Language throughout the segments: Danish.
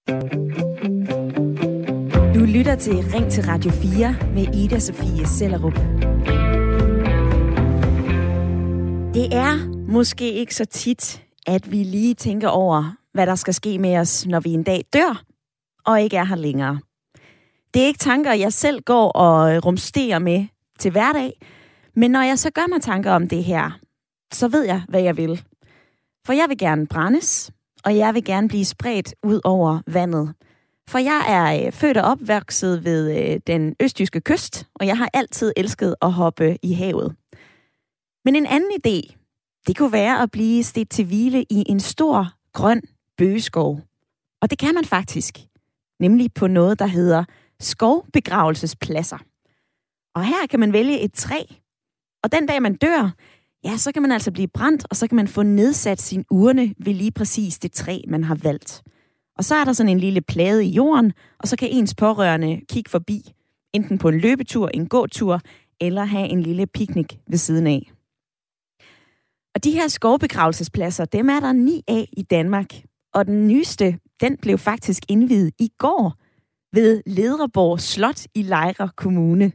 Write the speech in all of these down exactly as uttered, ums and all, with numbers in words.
Du lytter til Ring til Radio fire med Ida Sofie Sellerup. Det er måske ikke så tit, at vi lige tænker over, hvad der skal ske med os, når vi en dag dør og ikke er her længere. Det er ikke tanker, jeg selv går og rumsterer med til hverdag, men når jeg så gør mig tanker om det her, så ved jeg, hvad jeg vil. For jeg vil gerne brændes, og jeg vil gerne blive spredt ud over vandet. For jeg er øh, født og opvokset ved øh, den østjyske kyst, og jeg har altid elsket at hoppe i havet. Men en anden idé, det kunne være at blive stedt til hvile i en stor, grøn bøgeskov. Og det kan man faktisk, nemlig på noget, der hedder skovbegravelsespladser. Og her kan man vælge et træ, og den dag man dør, ja, så kan man altså blive brændt, og så kan man få nedsat sin urne ved lige præcis det træ, man har valgt. Og så er der sådan en lille plade i jorden, og så kan ens pårørende kigge forbi, enten på en løbetur, en gåtur, eller have en lille picnic ved siden af. Og de her skovbegravelsespladser, dem er der ni af i Danmark. Og den nyeste, den blev faktisk indviet i går ved Ledreborg Slot i Lejre Kommune.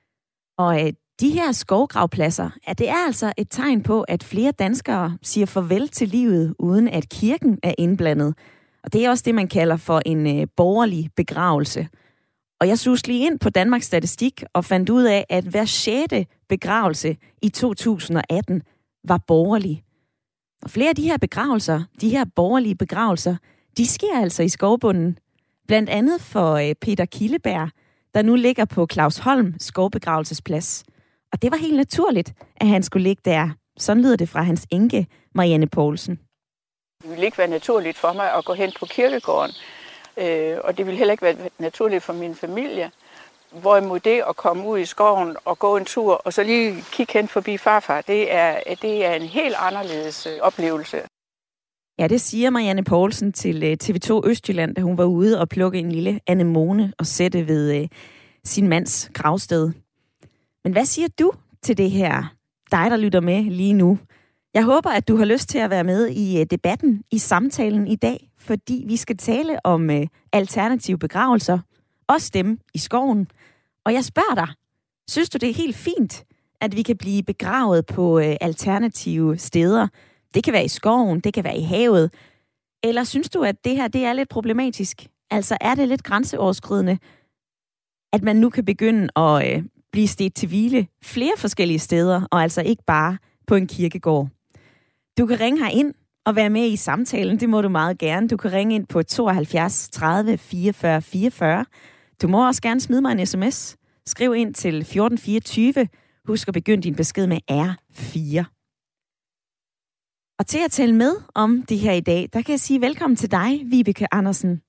Og øh, de her skovgravpladser, ja, det er altså et tegn på, at flere danskere siger farvel til livet, uden at kirken er indblandet. Og det er også det, man kalder for en øh, borgerlig begravelse. Og jeg suste lige ind på Danmarks Statistik og fandt ud af, at hver sjette begravelse i to tusind og atten var borgerlig. Og flere af de her begravelser, de her borgerlige begravelser, de sker altså i skovbunden. Blandt andet for øh, Peter Killeberg, der nu ligger på Clausholm skovbegravelsesplads. Og det var helt naturligt, at han skulle ligge der. Sådan lyder det fra hans enke, Marianne Poulsen. Det ville ikke være naturligt for mig at gå hen på kirkegården, øh, og det ville heller ikke være naturligt for min familie. Hvorimod det at komme ud i skoven og gå en tur, og så lige kigge hen forbi farfar, det er, det er en helt anderledes oplevelse. Ja, det siger Marianne Poulsen til T V to Østjylland, da hun var ude og plukke en lille anemone og sætte ved øh, sin mands gravsted. Men hvad siger du til det her? Dig, der lytter med lige nu. Jeg håber, at du har lyst til at være med i debatten, i samtalen i dag, fordi vi skal tale om øh, alternative begravelser, også dem i skoven. Og jeg spørger dig, synes du, det er helt fint, at vi kan blive begravet på øh, alternative steder? Det kan være i skoven, det kan være i havet. Eller synes du, at det her det er lidt problematisk? Altså er det lidt grænseoverskridende, at man nu kan begynde at øh, blive stedt til hvile flere forskellige steder, og altså ikke bare på en kirkegård? Du kan ringe her ind og være med i samtalen. Det må du meget gerne. Du kan ringe ind på tooghalvfjerds tredive fireogfyrre fireogfyrre. Du må også gerne smide mig en sms. Skriv ind til fjorten fireogtyve. Husk at begynde din besked med R fire. Og til at tale med om det her i dag, der kan jeg sige velkommen til dig, Vibeke Andersen.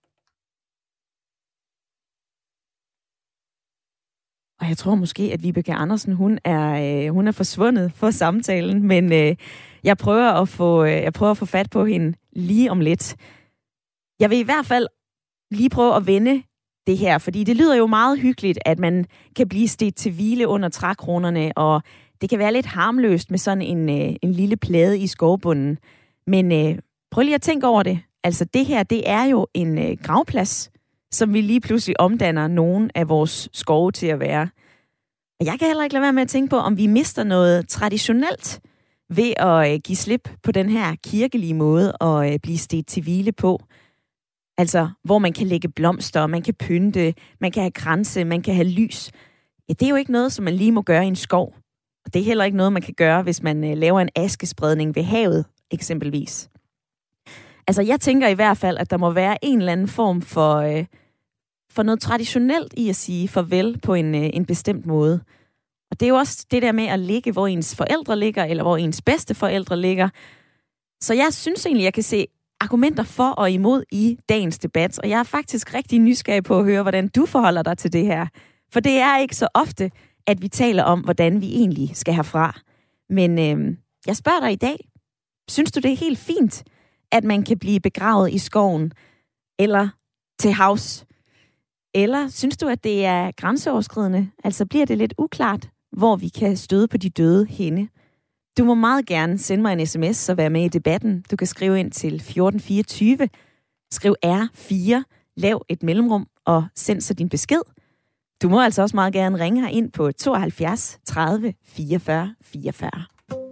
Og jeg tror måske, at Vibeke Andersen, hun er, øh, hun er forsvundet for samtalen, men øh, jeg, prøver at få, øh, jeg prøver at få fat på hende lige om lidt. Jeg vil i hvert fald lige prøve at vende det her, fordi det lyder jo meget hyggeligt, at man kan blive stedt til hvile under trækronerne, og det kan være lidt harmløst med sådan en, øh, en lille plade i skovbunden. Men øh, prøv lige at tænke over det. Altså det her, det er jo en øh, gravplads, som vi lige pludselig omdanner nogen af vores skove til at være. Og jeg kan heller ikke lade være med at tænke på, om vi mister noget traditionelt ved at øh, give slip på den her kirkelige måde og øh, blive stedt til hvile på. Altså, hvor man kan lægge blomster, man kan pynte, man kan have kranse, man kan have lys. Ja, det er jo ikke noget, som man lige må gøre i en skov. Og det er heller ikke noget, man kan gøre, hvis man øh, laver en askespredning ved havet, eksempelvis. Altså, jeg tænker i hvert fald, at der må være en eller anden form for, øh, for noget traditionelt i at sige farvel på en, øh, en bestemt måde. Og det er jo også det der med at ligge, hvor ens forældre ligger, eller hvor ens bedsteforældre ligger. Så jeg synes egentlig, jeg kan se argumenter for og imod i dagens debat, og jeg er faktisk rigtig nysgerrig på at høre, hvordan du forholder dig til det her. For det er ikke så ofte, at vi taler om, hvordan vi egentlig skal herfra. Men øh, jeg spørger dig i dag, synes du, det er helt fint, at man kan blive begravet i skoven, eller til havs? Eller synes du, at det er grænseoverskridende? Altså bliver det lidt uklart, hvor vi kan støde på de døde henne? Du må meget gerne sende mig en sms og være med i debatten. Du kan skrive ind til fjorten fireogtyve. Skriv R fire lav et mellemrum og send så din besked. Du må altså også meget gerne ringe her ind på tooghalvfjerds tredive fireogfyrre fireogfyrre.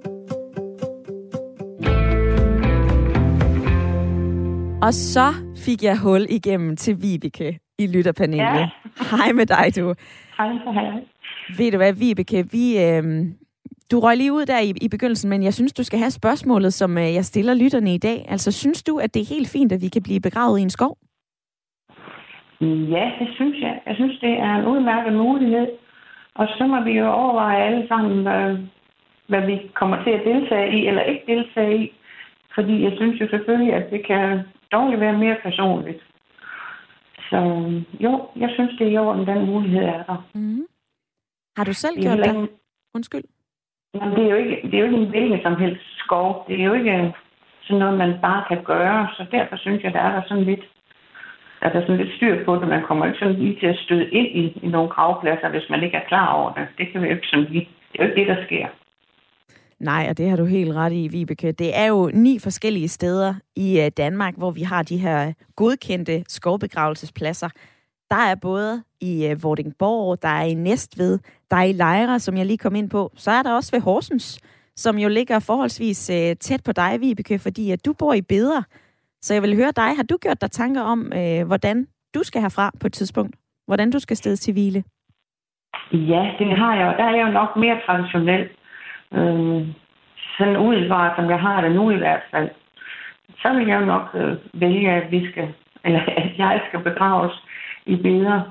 Og så fik jeg hul igennem til Vibeke i lytterpanelet. Ja. Hej med dig, du. Hej, hej. Ved du hvad, Vibeke, vi, øh, du røg lige ud der i, i begyndelsen, men jeg synes, du skal have spørgsmålet, som øh, jeg stiller lytterne i dag. Altså, synes du, at det er helt fint, at vi kan blive begravet i en skov? Ja, det synes jeg. Jeg synes, det er en udmærket mulighed. Og så må vi jo overveje alle sammen, øh, hvad vi kommer til at deltage i eller ikke deltage i. Fordi jeg synes jo selvfølgelig, at det kan dårligt være mere personligt. Så jo, jeg synes, det er i orden, den mulighed er der. Mm. Har du selv gjort det? Undskyld. Jamen, det er jo ikke, det er jo ikke en hvilken som helst skov. Det er jo ikke sådan noget, man bare kan gøre. Så derfor synes jeg, der er der sådan lidt, at der er sådan lidt styr på det. Man kommer ikke sådan lige til at støde ind i, i nogle gravpladser, hvis man ikke er klar over det. Det kan vi jo ikke sådan lige. Det er jo ikke det, der sker. Nej, og det har du helt ret i, Vibeke. Det er jo ni forskellige steder i Danmark, hvor vi har de her godkendte skovbegravelsespladser. Der er både i Vordingborg, der er i Næstved, der er i Lejre, som jeg lige kom ind på. Så er der også ved Horsens, som jo ligger forholdsvis tæt på dig, Vibeke, fordi at du bor i Beder. Så jeg vil høre dig, har du gjort dig tanker om, hvordan du skal herfra på et tidspunkt? Hvordan du skal stedes til hvile? Ja, det har jeg. Der er jeg jo nok mere traditionel. Øh, sådan udvaret, som jeg har det nu i hvert fald, så vil jeg jo nok øh, vælge, at vi skal, eller at jeg skal begraves i Beder.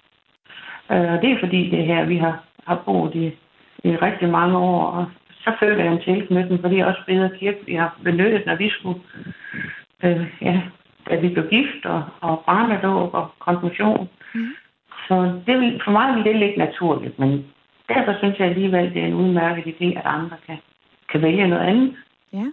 Øh, det er fordi det her, vi har, har boet i, i rigtig mange år, og så føler jeg en tilknytning, fordi det er også Beder Kirke, vi har benyttet, når vi skulle, øh, ja, da vi blev gift, og, og barnedåb og konfirmation. Mm. Så det vil, for mig vil det ligge naturligt, men derfor synes jeg alligevel, det er en udmærket idé, at andre kan, kan vælge noget andet. Ja.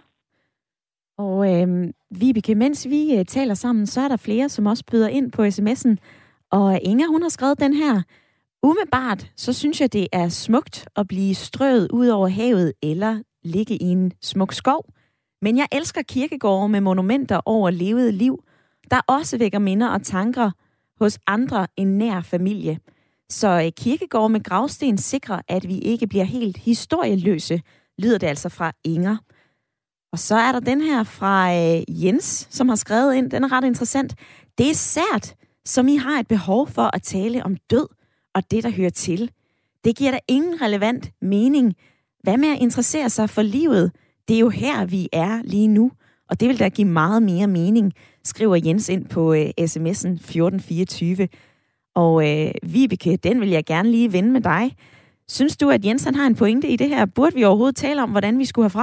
Og øh, Vibeke, mens vi øh, taler sammen, så er der flere, som også byder ind på sms'en. Og Inger, hun har skrevet den her. Umiddelbart, så synes jeg, det er smukt at blive strøget ud over havet eller ligge i en smuk skov. Men jeg elsker kirkegårde med monumenter over levede liv, der også vækker minder og tanker hos andre end nær familie. Så kirkegårde med gravsten sikrer, at vi ikke bliver helt historieløse, lyder det altså fra Inger. Og så er der den her fra øh, Jens, som har skrevet ind. Den er ret interessant. Det er sært, som I har et behov for at tale om død og det, der hører til. Det giver da ingen relevant mening. Hvad med at interessere sig for livet? Det er jo her, vi er lige nu. Og det vil da give meget mere mening, skriver Jens ind på øh, sms'en fjorten fireogtyve. Og øh, Vibeke, den vil jeg gerne lige vende med dig. Synes du, at Jens han har en pointe i det her? Burde vi overhovedet tale om, hvordan vi skulle herfra?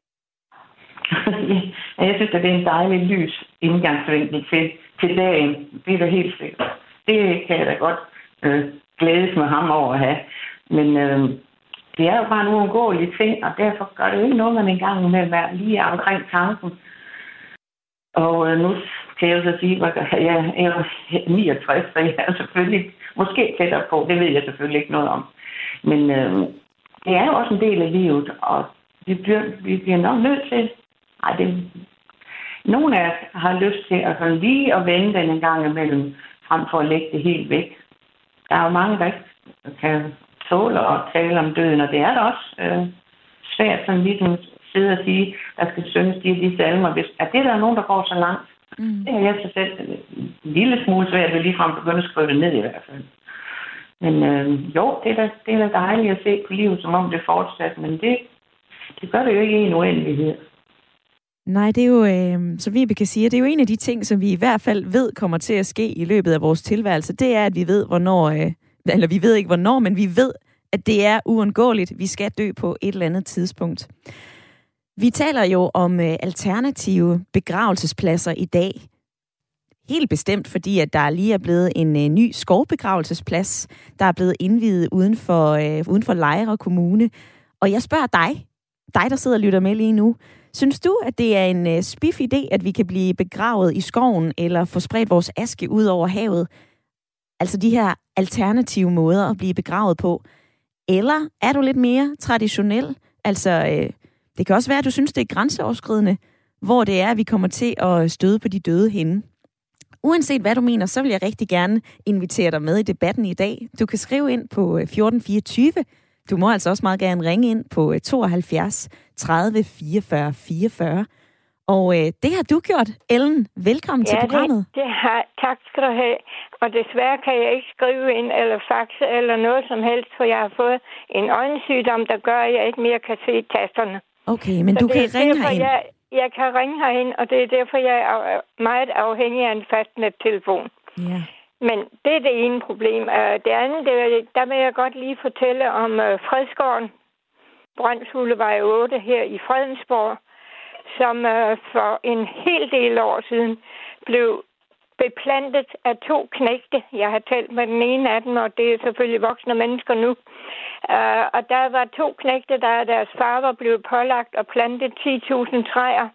Ja, jeg synes, at det er en dejlig lys indgangsvinkel til, til dagen. Det er da helt sikkert. Det kan jeg da godt øh, glædes med ham over at have. Men øh, det er jo bare en uundgåelig ting, og derfor gør det jo ikke noget, man engang med at være lige omkring tanken. Og øh, nu kan jeg jo så sige, at jeg er niogtres, så jeg er selvfølgelig måske tættere på. Det ved jeg selvfølgelig ikke noget om. Men øh, det er jo også en del af livet, og vi bliver, vi bliver nok nødt til... Ej, det, nogle af os har lyst til at sådan lige at vende den en gang imellem, frem for at lægge det helt væk. Der er jo mange, der ikke kan tåle at tale om døden, og det er da også øh, svært sådan ligesom sidde og sige, der skal synges de de salmer. Hvis, er det der nogen, der går så langt? Mm. Det har jeg så selv en lille smule svært ved ligefrem begynde at skrive det ned i hvert fald. Men øh, jo, det er, da, det er da dejligt at se på livet, som om det fortsat, men det, det gør det jo ikke i en uendelighed. Nej, det er jo, øh, som Vibeke siger, det er jo en af de ting, som vi i hvert fald ved kommer til at ske i løbet af vores tilværelse. Det er, at vi ved, hvornår, øh, eller vi ved ikke hvornår, men vi ved, at det er uundgåeligt. Vi skal dø på et eller andet tidspunkt. Vi taler jo om øh, alternative begravelsespladser i dag. Helt bestemt, fordi at der lige er blevet en øh, ny skovbegravelsesplads, der er blevet indviet uden for, øh, uden for Lejre Kommune. Og jeg spørger dig, dig der sidder og lytter med lige nu, synes du, at det er en øh, spiff idé, at vi kan blive begravet i skoven, eller få spredt vores aske ud over havet? Altså de her alternative måder at blive begravet på. Eller er du lidt mere traditionel? Altså, øh, det kan også være, at du synes, det er grænseoverskridende, hvor det er, at vi kommer til at støde på de døde henne. uanset hvad du mener, så vil jeg rigtig gerne invitere dig med i debatten i dag. Du kan skrive ind på fjorten fireogtyve. Du må altså også meget gerne ringe ind på tooghalvfjerds tredive fireogfyrre fireogfyrre. Og øh, det har du gjort, Ellen. Velkommen ja, til programmet. Det, det har, tak skal du have. Og desværre kan jeg ikke skrive ind eller faxe eller noget som helst, for jeg har fået en øjensygdom, der gør, at jeg ikke mere kan se tasterne. Okay, men så du kan ringe herind. Jeg, jeg kan ringe herind, og det er derfor, jeg er meget afhængig af en fastnettelefon. Ja. Men det er det ene problem. Det andet, det, der vil jeg godt lige fortælle om Fredsgården, Brøndshulevej otte her i Fredensborg, som uh, for en hel del år siden blev beplantet af to knægte. Jeg har talt med den ene af dem, og det er selvfølgelig voksne mennesker nu. Uh, og der var to knægte, der deres far var blevet pålagt og plantet ti tusind træer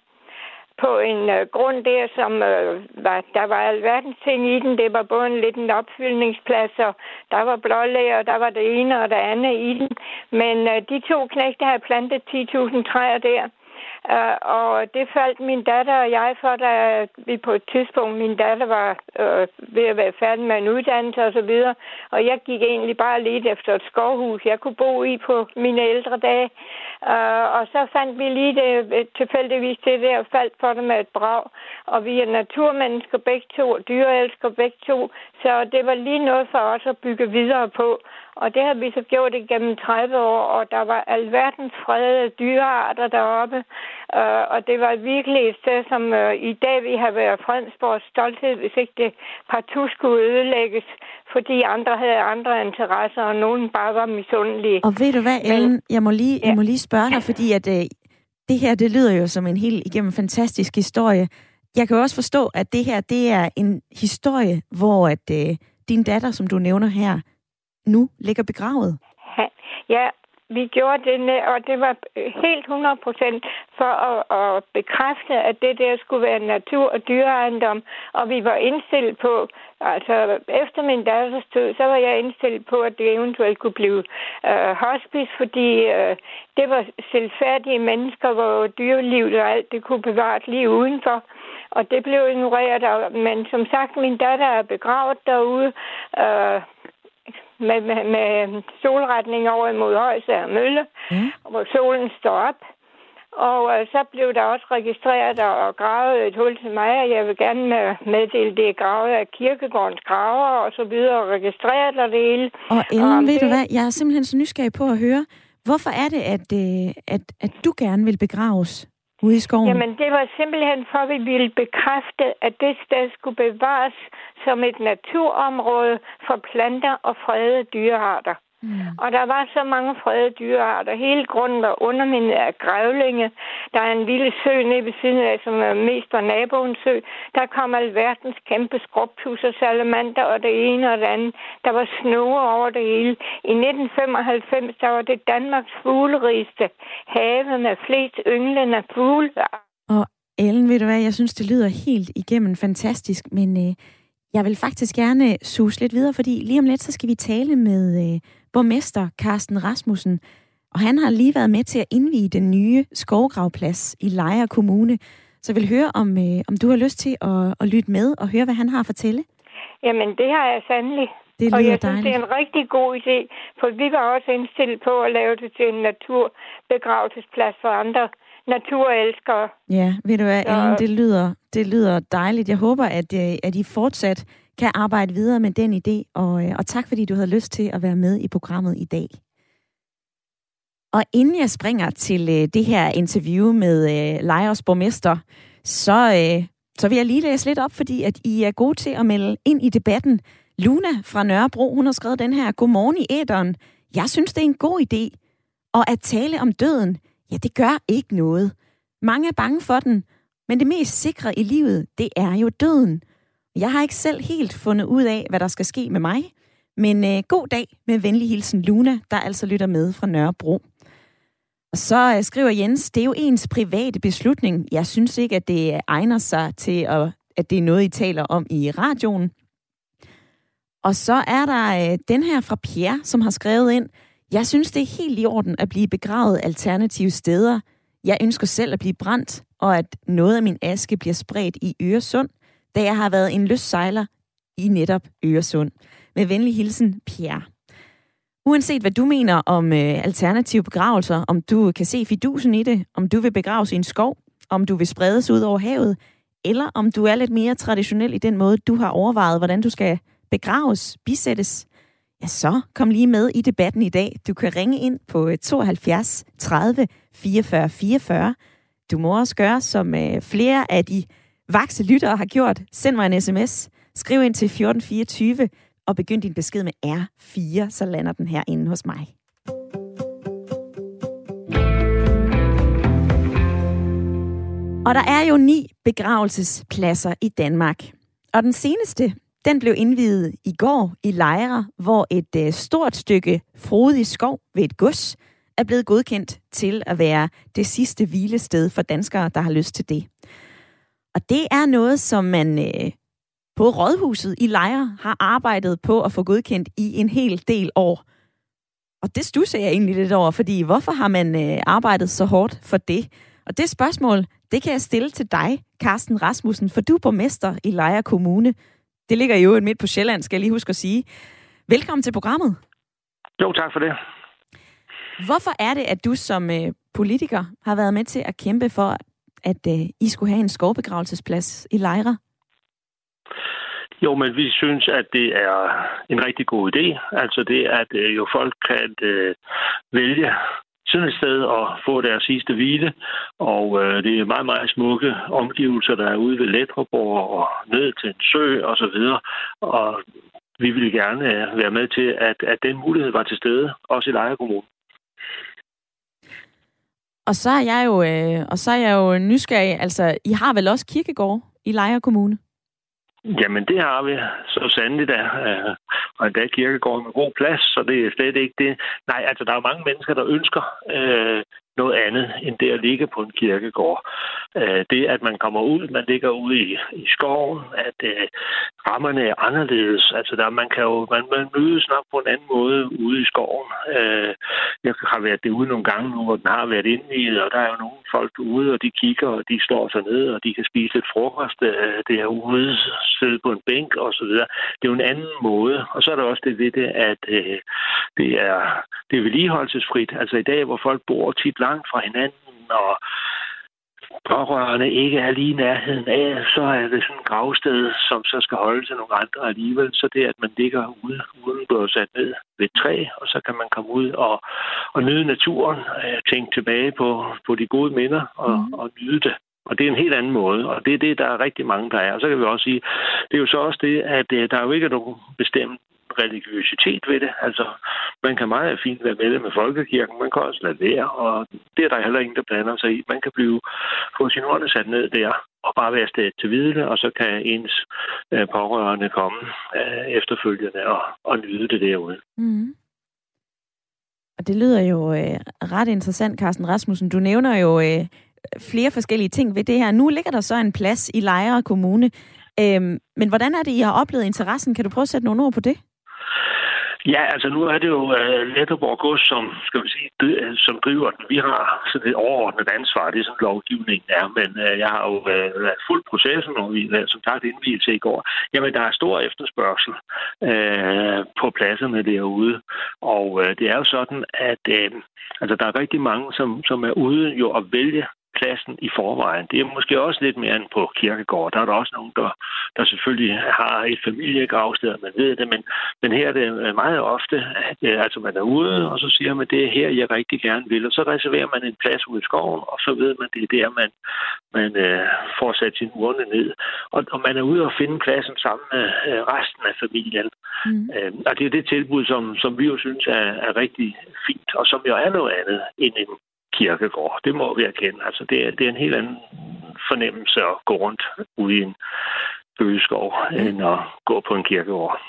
på en uh, grund der, som uh, var, der var alverdens ting i den. Det var både en lille opfyldningsplads, og der var blålæger, og der var det ene og det andet i den. Men uh, de to knægte havde plantet ti tusind træer der. Uh, og det faldt min datter og jeg for, da vi på et tidspunkt, min datter var uh, ved at være færdig med en uddannelse og så videre, og jeg gik egentlig bare lidt efter et skovhus, jeg kunne bo i på mine ældre dage. Uh, og så fandt vi lige det tilfældigvis det der og faldt for det med et brag, og vi er naturmennesker begge to, og dyreelsker begge to, så det var lige noget for os at bygge videre på. Og det har vi så gjort igennem tredive år, og der var alverdens fredede dyrearter deroppe. Uh, og det var virkelig et sted, som uh, i dag vi har været Fredensborgs stolthed, hvis ikke det partout skulle ødelægges, fordi andre havde andre interesser, og nogen bare var misundelige. Og ved du hvad, Ellen, Men, jeg, må lige, ja. jeg må lige spørge dig, fordi at, uh, det her, det lyder jo som en helt igennem fantastisk historie. Jeg kan også forstå, at det her, det er en historie, hvor at, uh, din datter, som du nævner her, nu ligger begravet. Ja, vi gjorde det, og det var helt hundrede procent for at, at bekræfte, at det der skulle være natur- og dyreejendom, og vi var indstillet på, altså efter min datters død, så var jeg indstillet på, at det eventuelt kunne blive uh, hospice, fordi uh, det var selvfærdige mennesker, hvor dyrelivet og alt det kunne bevares lige udenfor. Og det blev ignoreret, men som sagt, min datter er begravet derude, uh, Med, med, med solretning over imod Højsager Mølle, mm. hvor solen står op. Og øh, så blev der også registreret og gravet et hul til mig, og jeg vil gerne meddele, det er gravet af Kirkegårdens graver og så videre, og registreret og det hele. Og Ellen, ved det... du hvad, jeg er simpelthen så nysgerrig på at høre, hvorfor er det, at, øh, at, at du gerne vil begraves ude i skoven? Jamen, det var simpelthen for, at vi ville bekræfte, at det sted skulle bevares som et naturområde for planter og fredede dyrearter. Mm. Og der var så mange fredede dyrearter. Hele grunden var undermindet af grævlinge. Der er en lille sø nede ved siden af, som er mest var naboens sø. Der kom alverdens kæmpe skrubtus og salamander og det ene og det andet. Der var snore over det hele. I nitten femoghalvfems, der var det Danmarks fuglerigeste have med flest ynglende fugle. Og Ellen, ved du hvad, jeg synes, det lyder helt igennem fantastisk, men øh, jeg vil faktisk gerne suse lidt videre, fordi lige om lidt, så skal vi tale med øh, borgmester Carsten Rasmussen, og han har lige været med til at indvie den nye skovgravplads i Lejre Kommune. Så jeg vil høre, om, øh, om du har lyst til at, at lytte med og høre, hvad han har at fortælle. Jamen, det har jeg sandelig. Det lyder og jeg dejligt. synes, det er en rigtig god idé, for vi var også indstillet på at lave det til en naturbegravelsesplads for andre naturelskere. Ja, ved du hvad, Ellen, det lyder, det lyder dejligt. Jeg håber, at, at I fortsat kan arbejde videre med den idé, og, og tak fordi du havde lyst til at være med i programmet i dag. Og inden jeg springer til det her interview med uh, Lejres borgmester, så, uh, så vil jeg lige læse lidt op, fordi at I er gode til at melde ind i debatten. Luna fra Nørrebro, hun har skrevet den her: Godmorgen i æteren. Jeg synes, det er en god idé. Og at tale om døden, ja, det gør ikke noget. Mange er bange for den, men det mest sikre i livet, det er jo døden. Jeg har ikke selv helt fundet ud af, hvad der skal ske med mig. Men øh, god dag med venlig hilsen Luna, der altså lytter med fra Nørrebro. Og så øh, skriver Jens, det er jo ens private beslutning. Jeg synes ikke, at det egner sig til, at, at det er noget, I taler om i radioen. Og så er der øh, den her fra Pierre, som har skrevet ind: Jeg synes, det er helt i orden at blive begravet alternative steder. Jeg ønsker selv at blive brændt, og at noget af min aske bliver spredt i Øresund. da jeg har været en lystsejler i netop Øresund. Med venlig hilsen, Pierre. Uanset hvad du mener om øh, alternative begravelser, om du kan se fidusen i det, om du vil begraves i en skov, om du vil spredes ud over havet, eller om du er lidt mere traditionel i den måde, du har overvejet, hvordan du skal begraves, bisættes, ja, så kom lige med i debatten i dag. Du kan ringe ind på tooghalvfjerds tredive fireogfyrre fireogfyrre. Du må også gøre, som øh, flere af de vakse lyttere har gjort. Send mig en sms. Skriv ind til fjorten fireogtyve og begynd din besked med R fire, så lander den her inde hos mig. Og der er jo ni begravelsespladser i Danmark. Og den seneste, den blev indviet i går i Lejre, hvor et øh, stort stykke frodig skov ved et gods er blevet godkendt til at være det sidste hvilested for danskere, der har lyst til det. Og det er noget, som man øh, på Rådhuset i Lejre har arbejdet på at få godkendt i en hel del år. Og det stusser jeg egentlig lidt over, fordi hvorfor har man øh, arbejdet så hårdt for det? Og det spørgsmål, det kan jeg stille til dig, Carsten Rasmussen, for du er borgmester i Lejre Kommune. Det ligger jo midt på Sjælland, skal jeg lige huske at sige. Velkommen til programmet. Jo, tak for det. Hvorfor er det, at du som øh, politiker har været med til at kæmpe for, at øh, I skulle have en skovbegravelsesplads i Lejre? Jo, men vi synes, at det er en rigtig god idé. Altså det, at øh, jo folk kan øh, vælge sådan et sted og få deres sidste hvile. Og øh, det er meget, meget smukke omgivelser, der er ude ved Letreborg og ned til en sø og så videre. Og vi ville gerne øh, være med til, at, at den mulighed var til stede, også i Lejre Kommune. Og så er jeg jo, øh, og så er jeg jo nysgerrig. Altså, I har vel også kirkegård i Lejre Kommune? Jamen, det har vi så sandelig da. Og endda kirkegård med god plads, så det er slet ikke det. Nej, altså, der er mange mennesker, der ønsker øh, noget andet, end det at ligge på en kirkegård. Øh, det, at man kommer ud, man ligger ude i, i skoven, at øh, rammerne er anderledes. Altså, der, man kan jo man, man mødes nok på en anden måde ude i skoven. Øh, jeg har været det ude nogle gange nu, hvor den har været indviet, og der er jo nogle folk ude, og de kigger, og de slår sig ned, og de kan spise lidt frokost. Øh, det er ude, sidde på en bænk, og så videre. Det er jo en anden måde. Og så er der også det ved det, at øh, det er, det er vedligeholdelsesfrit. Altså i dag, hvor folk bor tit langt fra hinanden, og pårørende ikke er lige i nærheden af, så er det sådan et gravsted, som så skal holde til nogle andre alligevel. Så det, at man ligger ude, uden bliver sat ned ved et træ, og så kan man komme ud og, og nyde naturen, tænke tilbage på, på de gode minder og, mm. og nyde det. Og det er en helt anden måde, og det er det, der er rigtig mange, der er. Og så kan vi også sige, det er jo så også det, at der jo ikke er nogen bestemt religiøsitet ved det. Altså, man kan meget fint være medlem med folkekirken, man kan også lade være, og det er der heller ingen, der blander sig i. Man kan blive, få sin ordne sat ned der, og bare være stedet til hvile, og så kan ens øh, pårørende komme øh, efterfølgende og, og nyde det derude. Mm. Og det lyder jo øh, ret interessant, Carsten Rasmussen. Du nævner jo øh, flere forskellige ting ved det her. Nu ligger der så en plads i Lejre Kommune. Øhm, men hvordan er det, I har oplevet interessen? Kan du prøve at sætte nogle ord på det? Ja, altså nu er det jo uh, Letreborg Gods, som, skal vi sige, d- som driver den. Vi har sådan et overordnet ansvar, det er sådan lovgivningen er, men uh, jeg har jo uh, fuldt processen, og vi har som sagt indvielse i går. Jamen, der er stor efterspørgsel uh, på pladserne derude, og uh, det er jo sådan, at uh, altså, der er rigtig mange, som, som er ude jo at vælge pladsen i forvejen. Det er måske også lidt mere end på kirkegård. Der er der også nogen, der, der selvfølgelig har et familiegravsted, man ved det, men, men her er det meget ofte, at altså man er ude, og så siger man, det er her, jeg rigtig gerne vil, og så reserverer man en plads ude i skoven, og så ved man, det er der, man, man øh, får sat sin urne ned. Og, og man er ude og finde pladsen sammen med øh, resten af familien. Mm. Øh, og det er det tilbud, som, som vi jo synes er, er rigtig fint, og som jo er noget andet end en kirkegård. Det må vi erkende. Altså, det er, det er en helt anden fornemmelse at gå rundt ude i en bøgeskov, mm. end at gå på en kirkegård.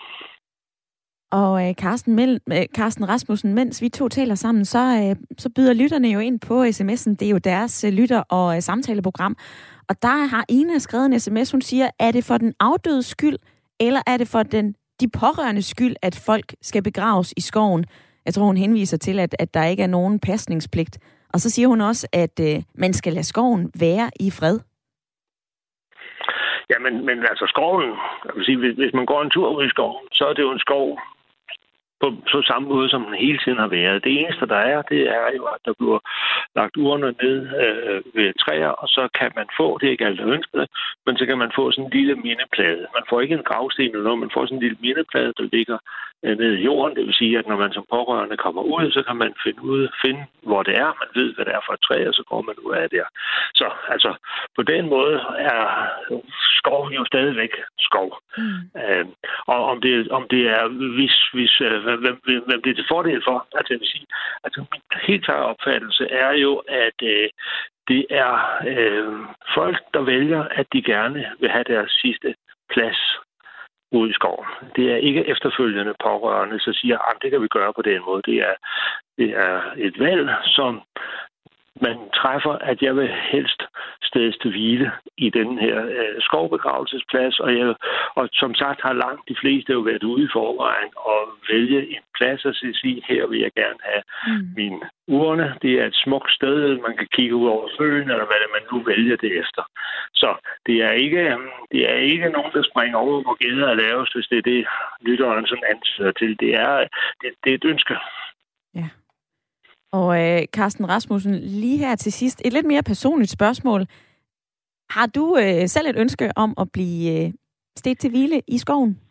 Og øh, Carsten, Mel- øh, Carsten Rasmussen, mens vi to taler sammen, så, øh, så byder lytterne jo ind på sms'en. Det er jo deres øh, lytter- og øh, samtaleprogram. Og der har Ine skrevet en sms, hun siger, er det for den afdødes skyld, eller er det for den, de pårørendes skyld, at folk skal begraves i skoven? Jeg tror, hun henviser til, at, at der ikke er nogen pasningspligt. Og så siger hun også, at øh, man skal lade skoven være i fred. Ja, men, men altså skoven, jeg vil sige, hvis, hvis man går en tur ud i skoven, så er det jo en skov på, på samme måde, som den hele tiden har været. Det eneste, der er, det er jo, at der bliver lagt urner ned øh, ved træer, og så kan man få, det er ikke alt, der ønsker det, men så kan man få sådan en lille mindeplade. Man får ikke en gravsten eller noget, man får sådan en lille mindeplade, der ligger øh, nede i jorden. Det vil sige, at når man som pårørende kommer ud, så kan man finde ud, finde, hvor det er. Man ved, hvad det er for et træ, og så går man ud af det. Så altså, på den måde er skov jo stadigvæk skov. Mm. Øh, og om det, om det er, hvis, hvis øh, Hvem, hvem det er til fordel for, altså jeg vil sige, altså min helt klare opfattelse er jo, at øh, det er øh, folk, der vælger, at de gerne vil have deres sidste plads ude i skoven. Det er ikke efterfølgende pårørende, så siger, at det kan vi gøre på den måde. Det er, det er et valg, som man træffer, at jeg vil helst stedes til hvile i den her øh, skovbegravelsesplads, og, jeg, og som sagt har langt de fleste jo været ude i forvejen og vælge en plads og sige, her vil jeg gerne have mm. min urne. Det er et smukt sted, man kan kigge ud over søen, eller hvad det man nu vælger det efter. Så det er ikke, det er ikke nogen, der springer over, hvor geder er laves, hvis det er det, lytteren sådan antyder til. Det er, det, det er et ønske. Ja. Og øh, Carsten Rasmussen, lige her til sidst, et lidt mere personligt spørgsmål. Har du øh, selv et ønske om at blive øh, stedt til hvile i skoven?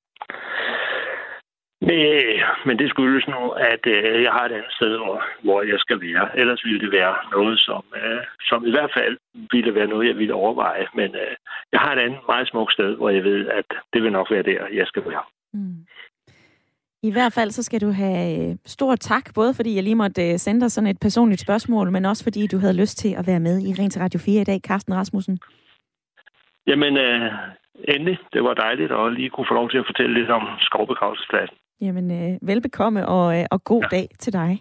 Nej, men det skyldes nu, at øh, jeg har et andet sted, hvor, hvor jeg skal være. Ellers ville det være noget, som, øh, som i hvert fald ville være noget, jeg ville overveje. Men øh, jeg har et andet meget smukt sted, hvor jeg ved, at det vil nok være der, jeg skal være. Mm. I hvert fald så skal du have stor tak, både fordi jeg lige måtte sende dig sådan et personligt spørgsmål, men også fordi du havde lyst til at være med i Ring til Radio fire i dag, Carsten Rasmussen. Jamen, øh, endelig. Det var dejligt at lige kunne få lov til at fortælle lidt om skovbegravelsespladsen. Jamen, øh, velbekomme og, øh, og god ja. dag til dig.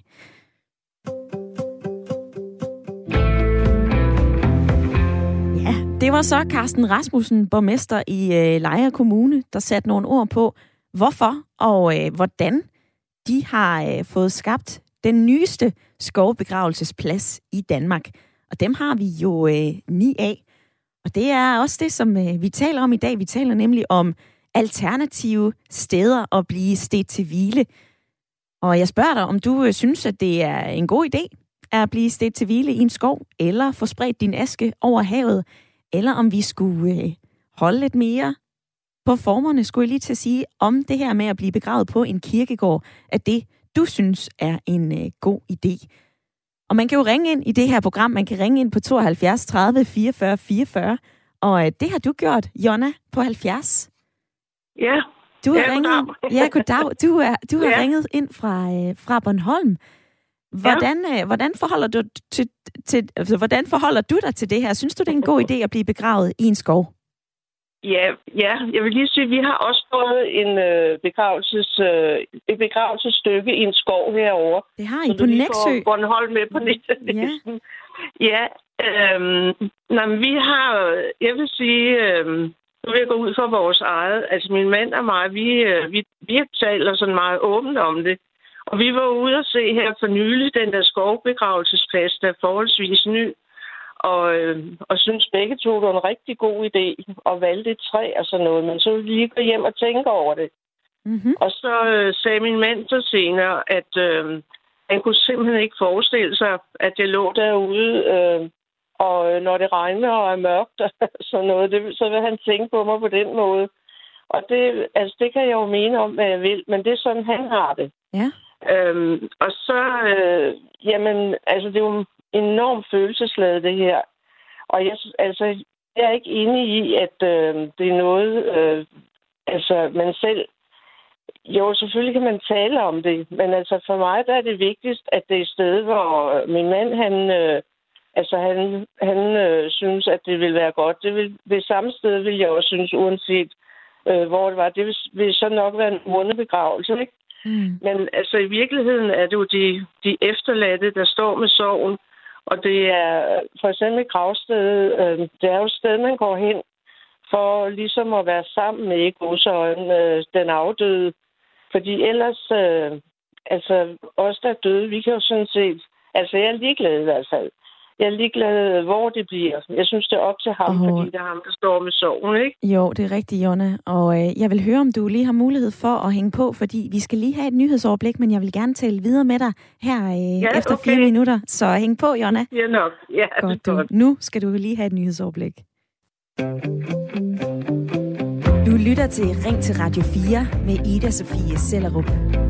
Ja, det var så Carsten Rasmussen, borgmester i øh, Lejre Kommune, der satte nogle ord på, hvorfor og øh, hvordan de har øh, fået skabt den nyeste skovbegravelsesplads i Danmark. Og dem har vi jo øh, ni af. Og det er også det, som øh, vi taler om i dag. Vi taler nemlig om alternative steder at blive stedt til hvile. Og jeg spørger dig, om du øh, synes, at det er en god idé at blive stedt til hvile i en skov, eller få spredt din aske over havet, eller om vi skulle øh, holde lidt mere på formerne, skulle jeg lige til at sige, om det her med at blive begravet på en kirkegård, at det, du synes, er en øh, god idé. Og man kan jo ringe ind i det her program. Man kan ringe ind på tooghalvfjerds tredive fireogfyrre fireogfyrre. Og øh, det har du gjort, Jonna, på halvfjerds. Ja. Du har ja, ringet. goddag. Ja, goddag. Du, er, du har ja. ringet ind fra, øh, fra Bornholm. Hvordan, øh, hvordan, forholder du til, til, altså, hvordan forholder du dig til det her? Synes du, det er en god idé at blive begravet i en skov? Ja, ja, jeg vil lige sige, at vi har også fået en øh, begravelses, øh, et begravelsesstykke i en skov herovre. Det har I på Nexø. Så Bornholm med på det. Ja, ja øhm, nej, men vi har, jeg vil sige, øhm, nu vil jeg gå ud fra vores eget, altså min mand og mig, vi, øh, vi, vi taler sådan meget åbent om det. Og vi var ude at se her for nylig den der skovbegravelsesplads, der er forholdsvis ny. Og, øh, og synes begge to, det var en rigtig god idé at valgte et træ og sådan noget. Men så ville vi lige gå hjem og tænke over det. Mm-hmm. Og så øh, sagde min mand så senere, at øh, han kunne simpelthen ikke forestille sig, at det lå derude. Øh, og når det regner og er mørkt og sådan noget, det, så vil han tænke på mig på den måde. Og det, altså, det kan jeg jo mene om, hvad jeg vil. Men det er sådan, han har det. Ja. Øhm, og så, øh, jamen, altså det er jo enormt følelsesladet, det her. Og jeg, altså, jeg er ikke enig i, at øh, det er noget, øh, altså man selv... Jo, selvfølgelig kan man tale om det, men altså for mig, der er det vigtigst, at det er et sted, hvor min mand, han, øh, altså han, han øh, synes, at det vil være godt. Det, vil, det samme sted vil jeg også synes, uanset øh, hvor det var. Det vil, vil så nok være en urnebegravelse, ikke? Mm. Men altså i virkeligheden er det jo de, de efterladte, der står med sorgen. Og det er for eksempel gravstedet, øh, det er jo et sted, man går hen for ligesom at være sammen med, ikke godsøjne, øh, den afdøde. Fordi ellers, øh, altså os der er døde, vi kan jo sådan set, altså jeg er ligeglad i hvert fald. jeg er ligeglad, hvor det bliver. Jeg synes, det er op til ham, oh. fordi det er ham, der står med sorgen, ikke? Jo, det er rigtigt, Jonna. Og øh, jeg vil høre, om du lige har mulighed for at hænge på, fordi vi skal lige have et nyhedsoverblik, men jeg vil gerne tale videre med dig her øh, ja, efter okay. fire minutter. Så hæng på, Jonna. Ja, nok. Ja, godt, du. Nu skal du lige have et nyhedsoverblik. Du lytter til Ring til Radio fire med Ida Sofie Sellerup.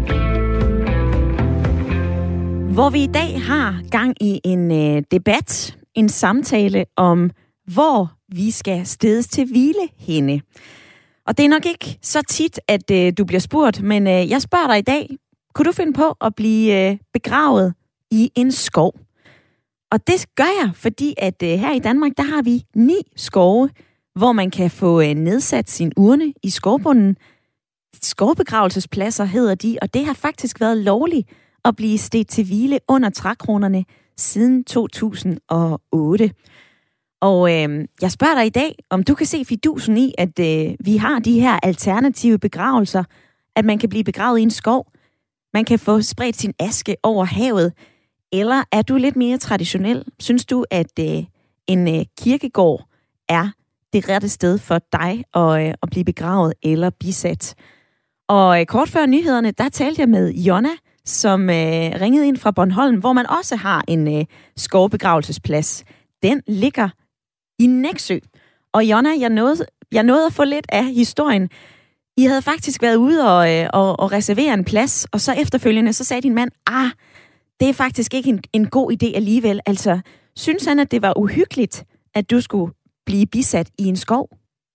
Hvor vi i dag har gang i en øh, debat, en samtale om, hvor vi skal stedes til hvile henne. Og det er nok ikke så tit, at øh, du bliver spurgt, men øh, jeg spørger dig i dag, kunne du finde på at blive øh, begravet i en skov? Og det gør jeg, fordi at øh, her i Danmark, der har vi ni skove, hvor man kan få øh, nedsat sin urne i skovbunden. Skovbegravelsespladser hedder de, og det har faktisk været lovligt at blive stedt til hvile under trækronerne siden to tusind og otte. Og øh, jeg spørger dig i dag, om du kan se fidusen i, at øh, vi har de her alternative begravelser, at man kan blive begravet i en skov, man kan få spredt sin aske over havet, eller er du lidt mere traditionel? Synes du, at øh, en øh, kirkegård er det rette sted for dig at, øh, at blive begravet eller bisat? Og øh, kort før nyhederne, der talte jeg med Jonna, som øh, ringede ind fra Bornholm, hvor man også har en øh, skovbegravelsesplads. Den ligger i Nexø. Og Jonna, jeg nåede, jeg nåede at få lidt af historien. I havde faktisk været ude og, øh, og, og reservere en plads, og så efterfølgende, så sagde din mand, ah, det er faktisk ikke en, en god idé alligevel. Altså, synes han, at det var uhyggeligt, at du skulle blive bisat i en skov?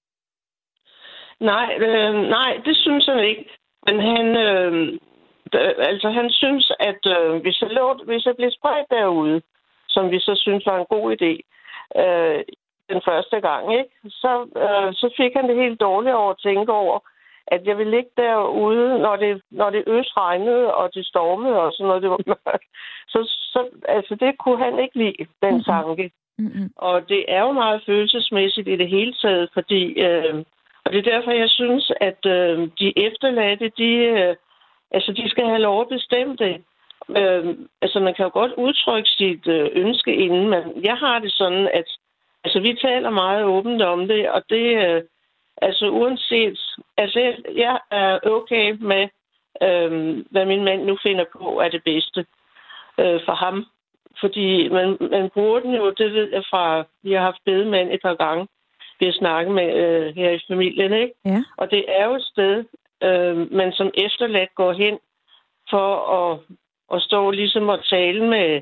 Nej, øh, nej, det synes han ikke. Men han... Øh Altså, han synes, at øh, hvis, jeg lå, hvis jeg blev spredt derude, som vi så synes var en god idé, øh, den første gang, ikke? Så, øh, så fik han det helt dårligt over at tænke over, at jeg ville ligge derude, når det, når det øsregnede, og det stormede, og sådan noget, det var mørkt. Så, så altså, det kunne han ikke lide, den mm-hmm. tanke. Mm-hmm. Og det er jo meget følelsesmæssigt i det hele taget, fordi, øh, og det er derfor, jeg synes, at øh, de efterladte, de... Øh, Altså, de skal have lov at bestemme det. Øh, altså, man kan jo godt udtrykke sit øh, ønske inden, men jeg har det sådan, at altså, vi taler meget åbent om det, og det, øh, altså, uanset, altså, jeg er okay med, øh, hvad min mand nu finder på, er det bedste øh, for ham. Fordi man, man bruger den jo, det ved jeg fra, vi har haft bedemand et par gange, vi har snakket med øh, her i familien, ikke? Ja. Og det er jo et sted, Øh, man som efterladt går hen for at, at stå ligesom og tale med,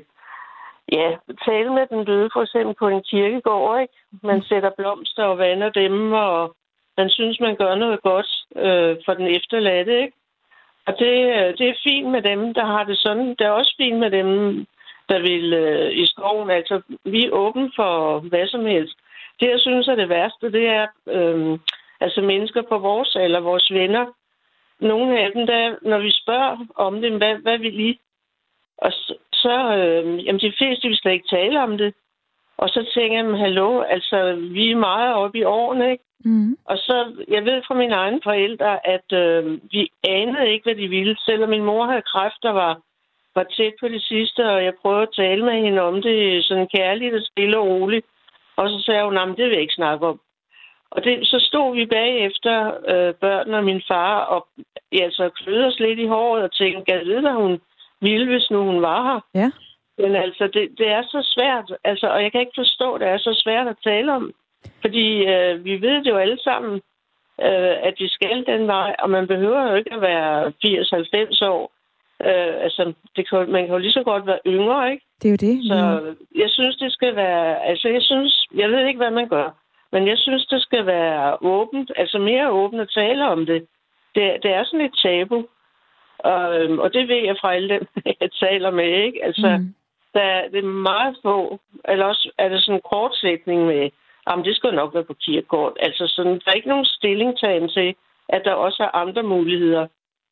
ja, tale med den døde, for eksempel på en kirkegård, ikke? Man sætter blomster og vander dem, og man synes, man gør noget godt øh, for den efterladte, ikke? Og det, det er fint med dem, der har det sådan. Det er også fint med dem, der vil øh, i skoven. Altså, vi er åbne for hvad som helst. Det, jeg synes er det værste, det er øh, altså mennesker på vores alder, vores venner. Nogle af dem, der, når vi spørger om det, hvad, hvad vil I? Og så, så øh, jamen de fleste vil slet ikke tale om det. Og så tænker jeg, hallo, altså vi er meget oppe i årene, ikke? Mm. Og så, jeg ved fra mine egne forældre, at øh, vi anede ikke, hvad de ville. Selvom min mor havde kræft, der var, var tæt på det sidste, og jeg prøvede at tale med hende om det sådan kærligt og stille og roligt. Og så sagde hun, nej, det vil jeg ikke snakke om. Og det, så stod vi bagefter, øh, børn og min far, og ja, altså klødte os lidt i håret og tænkte, jeg ved, hvad hun ville, hvis nu hun var her. Ja. Men altså, det, det er så svært, altså, og jeg kan ikke forstå, at det er så svært at tale om. Fordi øh, vi ved det jo alle sammen, øh, at vi skal den vej, og man behøver jo ikke at være firs til halvfems år. Øh, altså, det kan, man kan jo lige så godt være yngre, ikke? Det er jo det. Så ja. Jeg synes, det skal være, altså jeg synes, jeg ved ikke, hvad man gør. Men jeg synes, det skal være åbent, altså mere åbent at tale om det. Det, det er sådan et tabu, og, og det ved jeg fra alle dem, jeg taler med, ikke? Altså, mm. der, det er meget få, eller også er det sådan en kortsætning med, jamen det skal nok være på kirkegård. Altså, sådan, der er ikke nogen stillingtagen til, at der også er andre muligheder.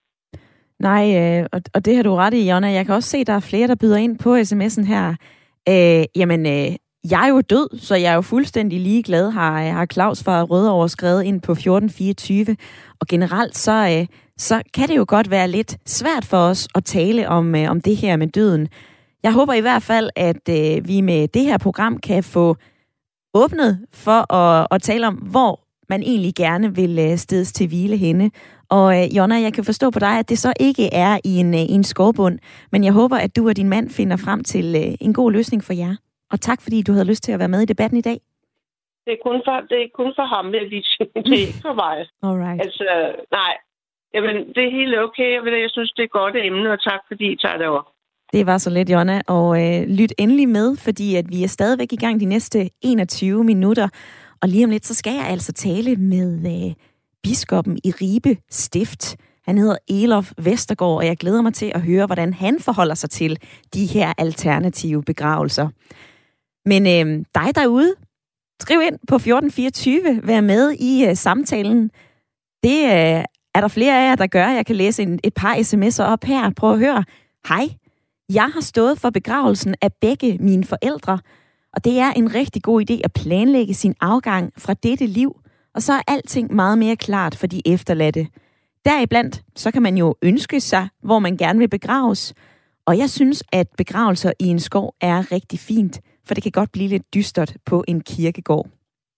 Nej, øh, og, og det har du ret i, Jonna. Jeg kan også se, at der er flere, der byder ind på sms'en her. Øh, jamen... Øh Jeg er jo død, så jeg er jo fuldstændig ligeglad, har, har Claus fra Rødovre skrevet ind på fjorten fireogtyve. Og generelt så, så kan det jo godt være lidt svært for os at tale om, om det her med døden. Jeg håber i hvert fald, at øh, vi med det her program kan få åbnet for at, at tale om, hvor man egentlig gerne vil øh, stedes til hvile henne. Og øh, Jonna, jeg kan forstå på dig, at det så ikke er i en, øh, i en skovbund, men jeg håber, at du og din mand finder frem til øh, en god løsning for jer. Og tak, fordi du havde lyst til at være med i debatten i dag. Det er kun for, det er kun for ham, det er ikke for mig. Alright. Altså, nej. Jamen, det er helt okay. Jeg synes, det er et godt emne, og tak, fordi I tager det over. Det var så lidt, Jonna, og øh, lyt endelig med, fordi at vi er stadigvæk i gang de næste enogtyve minutter. Og lige om lidt, så skal jeg altså tale med øh, biskoppen i Ribe Stift. Han hedder Elof Vestergaard, og jeg glæder mig til at høre, hvordan han forholder sig til de her alternative begravelser. Men øh, dig derude, skriv ind på fjorten fireogtyve, vær med i øh, samtalen. Det øh, er der flere af jer, der gør. Jeg kan læse en, et par sms'er op her. Prøv at høre. Hej. Jeg har stået for begravelsen af begge mine forældre, og det er en rigtig god idé at planlægge sin afgang fra dette liv, og så er alting meget mere klart for de efterladte. Deriblandt, så kan man jo ønske sig, hvor man gerne vil begraves, og jeg synes, at begravelser i en skov er rigtig fint, for det kan godt blive lidt dystert på en kirkegård.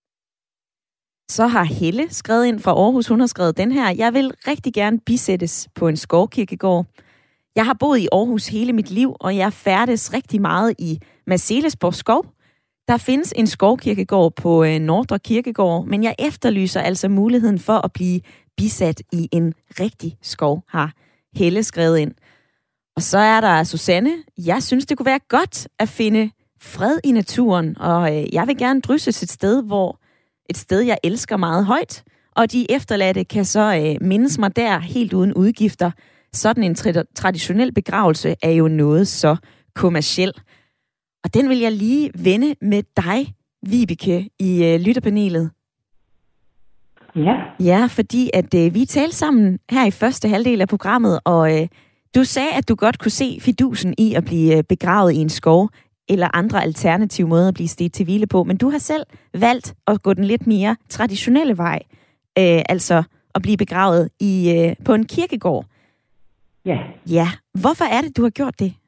Så har Helle skrevet ind fra Aarhus, hun har skrevet den her. Jeg vil rigtig gerne bisættes på en skovkirkegård. Jeg har boet i Aarhus hele mit liv, og jeg færdes rigtig meget i Marselisborg skov. Der findes en skovkirkegård på øh, Nordre Kirkegård, men jeg efterlyser altså muligheden for at blive bisat i en rigtig skov, har Helle skrevet ind. Og så er der Susanne. Jeg synes, det kunne være godt at finde fred i naturen, og øh, jeg vil gerne drysses et sted, hvor et sted, jeg elsker meget højt, og de efterladte kan så øh, mindes mig der helt uden udgifter. Sådan en tra- traditionel begravelse er jo noget så kommerciel. Og den vil jeg lige vende med dig, Vibeke, i øh, lytterpanelet. Ja. Ja, fordi at øh, vi talte sammen her i første halvdel af programmet, og øh, du sagde, at du godt kunne se fidusen i at blive øh, begravet i en skov, eller andre alternative måder at blive stedt til hvile på. Men du har selv valgt at gå den lidt mere traditionelle vej, øh, altså at blive begravet i øh, på en kirkegård. Ja. Ja. Hvorfor er det, du har gjort det?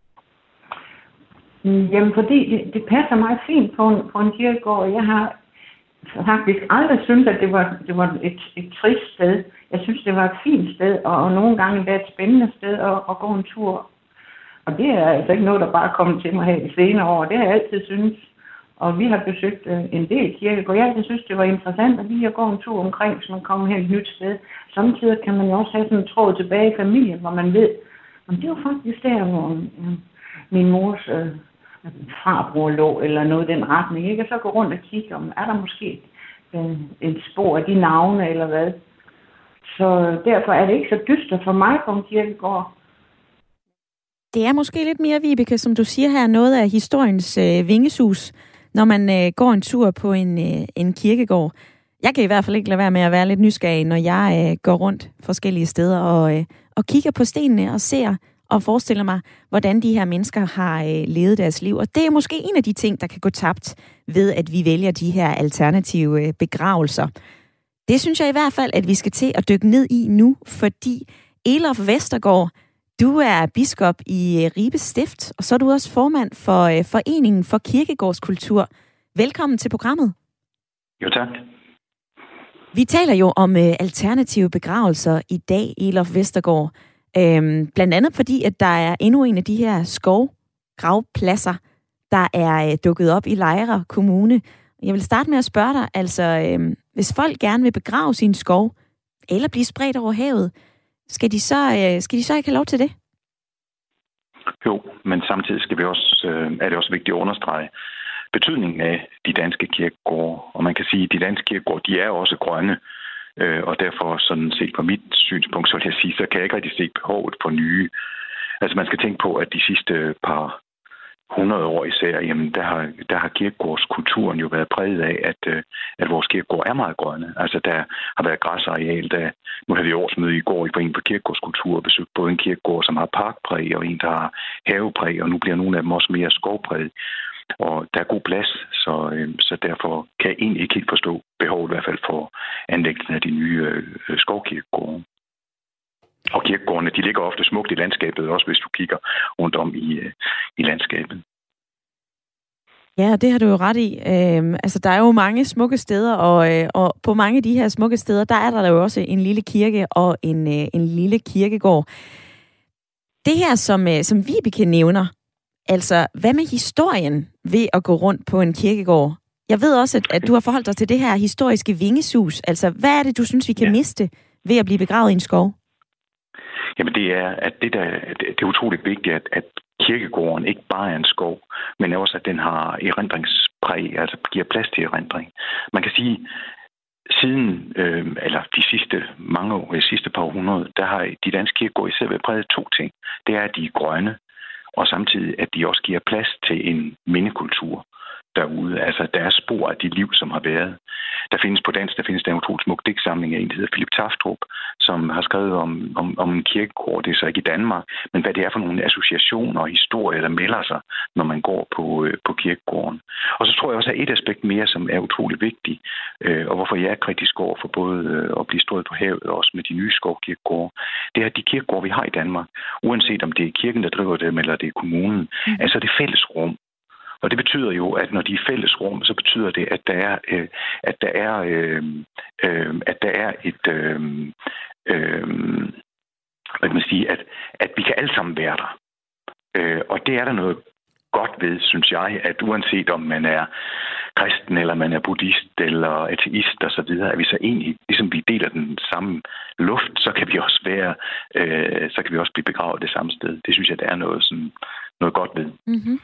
Jamen, fordi det, det passer meget fint på en, på en kirkegård. Jeg har faktisk aldrig syntes, at det var, det var et, et trist sted. Jeg synes, det var et fint sted, og, og nogle gange det er et spændende sted at, at gå en tur. Og det er altså ikke noget, der bare kommer til mig her i senere år. Det har jeg altid syntes. Og vi har besøgt en del kirkegård. Jeg altid synes, det var interessant at lige at gå en tur omkring, så man kommer hen et nyt sted. Samtidig kan man jo også have sådan en tråd tilbage i familien, hvor man ved, at det var faktisk der, hvor min mors øh, farbror lå, eller noget i den retning. Ikke? Og så gå rundt og kigge, om er der måske øh, en spor af de navne, eller hvad. Så derfor er det ikke så dystert for mig på en kirkegård. Det er måske lidt mere, Vibeke, som du siger her, noget af historiens øh, vingesus, når man øh, går en tur på en, øh, en kirkegård. Jeg kan i hvert fald ikke lade være med at være lidt nysgerrig, når jeg øh, går rundt forskellige steder og, øh, og kigger på stenene og ser og forestiller mig, hvordan de her mennesker har øh, levet deres liv. Og det er måske en af de ting, der kan gå tabt ved, at vi vælger de her alternative øh, begravelser. Det synes jeg i hvert fald, at vi skal til at dykke ned i nu, fordi Elof Vestergaard, du er biskop i Ribe Stift, og så er du også formand for øh, Foreningen for Kirkegårdskultur. Velkommen til programmet. Jo, tak. Vi taler jo om øh, alternative begravelser i dag, Elof Vestergaard. Øhm, blandt andet fordi, at der er endnu en af de her skovgravpladser, der er øh, dukket op i Lejre Kommune. Jeg vil starte med at spørge dig, altså øh, hvis folk gerne vil begrave sin skov, eller blive spredt over havet, skal de så, øh, skal de så ikke have lov til det? Jo, men samtidig skal vi også, øh, er det også vigtigt at understrege betydningen af de danske kirkegårde. Og man kan sige, at de danske kirkegårde, de er også grønne. Øh, og derfor, sådan set fra mit synspunkt, så vil jeg sige, så kan jeg ikke rigtig se behovet for nye. Altså man skal tænke på, at de sidste par hundrede år især, jamen der har, der har kirkegårdskulturen jo været præget af, at, at vores kirkegård er meget grønne. Altså der har været græsareal, der nu havde vi årsmøde i går i Foreningen for Kirkegårdskultur og besøgt både en kirkegård, som har parkpræg, og en, der har havepræg, og nu bliver nogle af dem også mere skovpræg. Og der er god plads, så, så derfor kan jeg egentlig ikke helt forstå behovet i hvert fald for anlæggelsen af de nye øh, skovkirkegårde. Og kirkegårdene, de ligger ofte smukt i landskabet, også hvis du kigger rundt om i, i landskabet. Ja, det har du jo ret i. Øhm, altså, der er jo mange smukke steder, og, øh, og på mange af de her smukke steder, der er der jo også en lille kirke og en, øh, en lille kirkegård. Det her, som, øh, som Vibeke nævner, altså, hvad med historien ved at gå rundt på en kirkegård? Jeg ved også, at, at du har forholdt dig til det her historiske vingesus. Altså, hvad er det, du synes, vi kan ja. miste ved at blive begravet i en skov? Jamen, det er, at det, der, det er utroligt vigtigt, at, at kirkegården ikke bare er en skov, men også, at den har erindringspræg, altså giver plads til erindring. Man kan sige, siden, øh, eller de sidste mange år, de sidste par århundrede, der har de danske kirkegårde især været præget af to ting. Det er, at de er grønne, og samtidig, at de også giver plads til en mindekultur derude. Altså, der er spor af de liv, som har været. Der findes på dansk, der findes der en utrolig smuk digtsamling af en, der hedder Philip Taftrup, som har skrevet om, om, om en kirkegård. Det er så ikke i Danmark, men hvad det er for nogle associationer og historier, der melder sig, når man går på, øh, på kirkegården. Og så tror jeg også, at et aspekt mere, som er utrolig vigtigt, øh, og hvorfor jeg er kritisk over for både øh, at blive strøget på havet, og også med de nye skovkirkegårde, det er, at de kirkegårde, vi har i Danmark, uanset om det er kirken, der driver dem, eller det er kommunen, mm. altså det fælles rum. Og det betyder jo, at når de er fælles rum, så betyder det, at der er, øh, at der er, øh, øh, at der er et, øh, øh, hvad kan man sige, at, at vi kan alle sammen være der. Øh, og det er der noget godt ved, synes jeg, at uanset om man er kristen, eller man er buddhist, eller ateist og så videre, at vi så egentlig, ligesom vi deler den samme luft, så kan vi også være, øh, så kan vi også blive begravet det samme sted. Det synes jeg, der er noget, sådan, noget godt ved. Mm-hmm.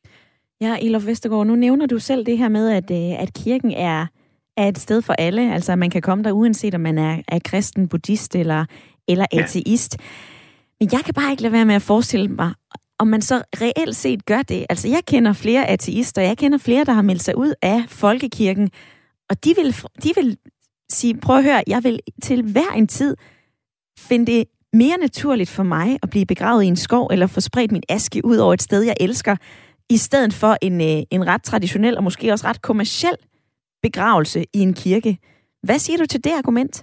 Ja, Elof Vestergaard, nu nævner du selv det her med, at, at kirken er, er et sted for alle. Altså, man kan komme der uanset om man er, er kristen, buddhist eller, eller ateist. Ja. Men jeg kan bare ikke lade være med at forestille mig, om man så reelt set gør det. Altså, jeg kender flere ateister, jeg kender flere, der har meldt sig ud af folkekirken, og de vil, de vil sige, prøv at høre, jeg vil til hver en tid finde det mere naturligt for mig at blive begravet i en skov, eller få spredt min aske ud over et sted, jeg elsker, i stedet for en, en ret traditionel og måske også ret kommerciel begravelse i en kirke. Hvad siger du til det argument?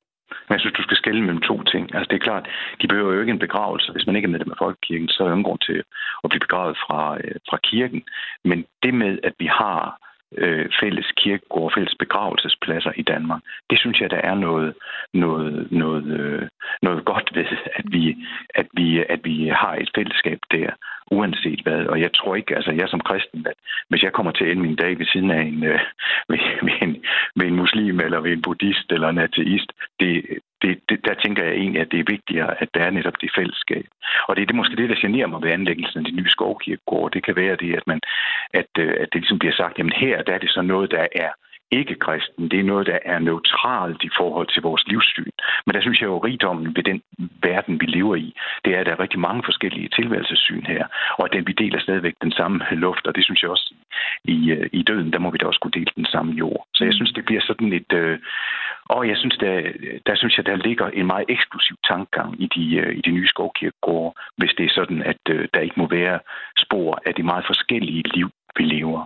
Jeg synes, du skal skelne mellem to ting. Altså, det er klart, de behøver jo ikke en begravelse. Hvis man ikke er medlem af folkekirken, så er der ingen grund til at blive begravet fra, fra kirken. Men det med, at vi har øh, fælles kirkegård, fælles begravelsespladser i Danmark, det synes jeg, der er noget, noget, noget, øh, noget godt ved, at vi, at, vi, at vi har et fællesskab der, uanset hvad. Og jeg tror ikke, altså jeg som kristen, at hvis jeg kommer til at ende min dag ved siden af en, øh, ved, ved en, ved en muslim, eller ved en buddhist, eller en ateist, det, det, det, der tænker jeg egentlig, at det er vigtigere, at der er netop det fællesskab. Og det er det måske det, der generer mig ved anlæggelsen af de nye skovkirkegårde. Det kan være det, at, man, at, at det ligesom bliver sagt, jamen her der er det så noget, der er ikke-kristen. Det er noget, der er neutralt i forhold til vores livssyn. Men der synes jeg jo, rigdommen ved den verden, vi lever i, det er, at der er rigtig mange forskellige tilværelsessyn her, og at vi deler stadigvæk den samme luft, og det synes jeg også, i, i døden, der må vi da også kunne dele den samme jord. Så jeg synes, det bliver sådan et... Øh, og jeg synes, der, der synes jeg, der ligger en meget eksklusiv tankegang i de, øh, i de nye skovkirkegårde, hvis det er sådan, at øh, der ikke må være spor af de meget forskellige liv, vi lever.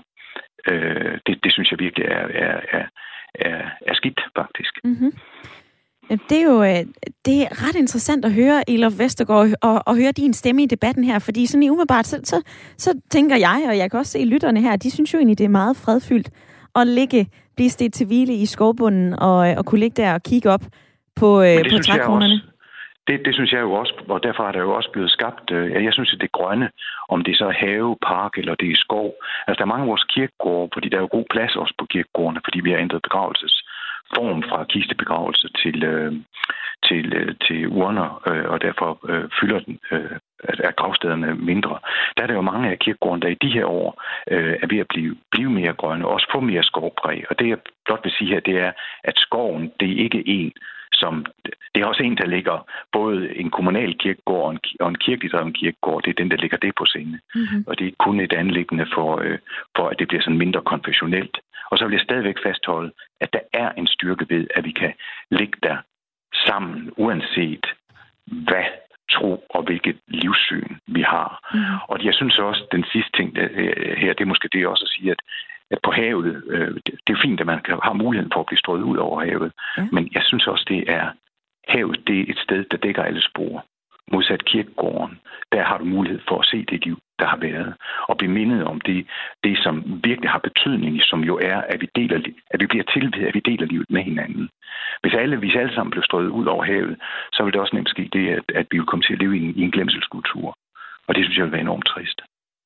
Øh, det, det synes jeg virkelig er, er, er, er, er skidt, faktisk. Mm-hmm. Det er jo det er ret interessant at høre, Elof Vestergaard, og, og høre din stemme i debatten her, fordi sådan i umiddelbart, så, så, så tænker jeg, og jeg kan også se lytterne her, de synes jo egentlig, det er meget fredfyldt at ligge, blive stedt til hvile i skovbunden, og, og kunne ligge der og kigge op på, på trækronerne. Det, det synes jeg jo også, og derfor er der jo også blevet skabt, øh, jeg synes, at det grønne, om det så er have, park eller det er skov. Altså, der er mange af vores kirkegårde, fordi der er jo god plads også på kirkegårdene, fordi vi har ændret begravelsesform fra kistebegravelse til, øh, til, øh, til urner, øh, og derfor øh, fylder den, øh, er gravstederne mindre. Der er der jo mange af kirkegårdene, der i de her år øh, er ved at blive, blive mere grønne, og også få mere skovpræg. Og det, jeg blot vil sige her, det er, at skoven, det er ikke en, som, det er også en, der ligger både en kommunal kirkegård og en, og en kirkelig dreven kirkegård. Det er den, der ligger det på scene. Mm-hmm. Og det er kun et anliggende for, øh, for, at det bliver sådan mindre konfessionelt. Og så vil jeg stadigvæk fastholde, at der er en styrke ved, at vi kan ligge der sammen, uanset hvad tro og hvilket livssyn vi har. Mm-hmm. Og jeg synes også, den sidste ting der, her, det er måske det også at sige, at at på havet, øh, det er fint, at man kan, har muligheden for at blive strøget ud over havet, ja. Men jeg synes også, det er havet, det er et sted, der dækker alle spor. Modsat kirkegården, der har du mulighed for at se det liv, der har været, og blive mindet om det, det som virkelig har betydning, som jo er, at vi, deler, at vi bliver tilbedt, at vi deler livet med hinanden. Hvis alle, hvis alle sammen blev strøget ud over havet, så ville det også nemt ske det, at, at vi ville komme til at leve i en, i en glemselskultur. Og det synes jeg vil være enormt trist.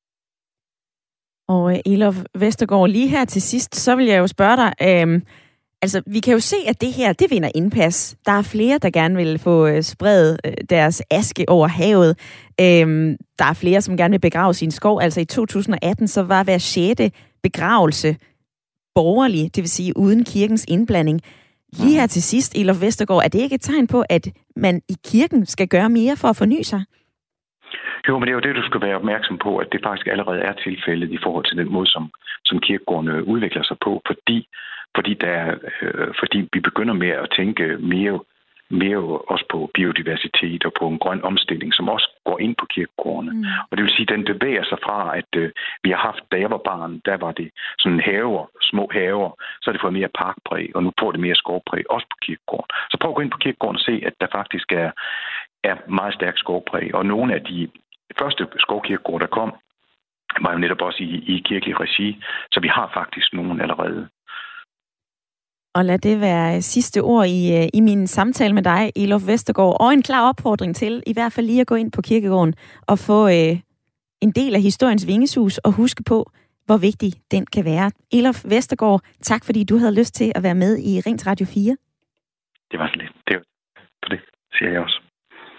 Og Elof Vestergaard, lige her til sidst, så vil jeg jo spørge dig, øh, altså vi kan jo se, at det her, det vinder indpas. Der er flere, der gerne vil få øh, spredt øh, deres aske over havet. Øh, der er flere, som gerne vil begrave sin skov. Altså i to tusind og atten, så var hver sjette begravelse borgerlig, det vil sige uden kirkens indblanding. Lige her til sidst, Elof Vestergaard, er det ikke et tegn på, at man i kirken skal gøre mere for at forny sig? Jo, men det er jo det, du skal være opmærksom på, at det faktisk allerede er tilfældet i forhold til den måde, som, som kirkegårdene udvikler sig på, fordi, fordi, der, øh, fordi vi begynder med at tænke mere, mere også på biodiversitet og på en grøn omstilling, som også går ind på kirkegårdene. Mm. Og det vil sige, at den bevæger sig fra, at øh, vi har haft, da jeg var barn, der var det sådan haver, små haver, så har det fået mere parkpræg, og nu får det mere skovpræg, også på kirkegården. Så prøv at gå ind på kirkegården og se, at der faktisk er, er meget stærk skovpræg, og nogle af de første skovkirkegård, der kom, var jo netop også i, i kirkelig regi, så vi har faktisk nogen allerede. Og lad det være sidste ord i, i min samtale med dig, Elof Vestergaard, og en klar opfordring til i hvert fald lige at gå ind på kirkegården og få øh, en del af historiens vingesus og huske på, hvor vigtig den kan være. Elof Vestergaard, tak fordi du havde lyst til at være med i Ring til Radio fire. Det var så lidt. Det var på det, siger jeg også.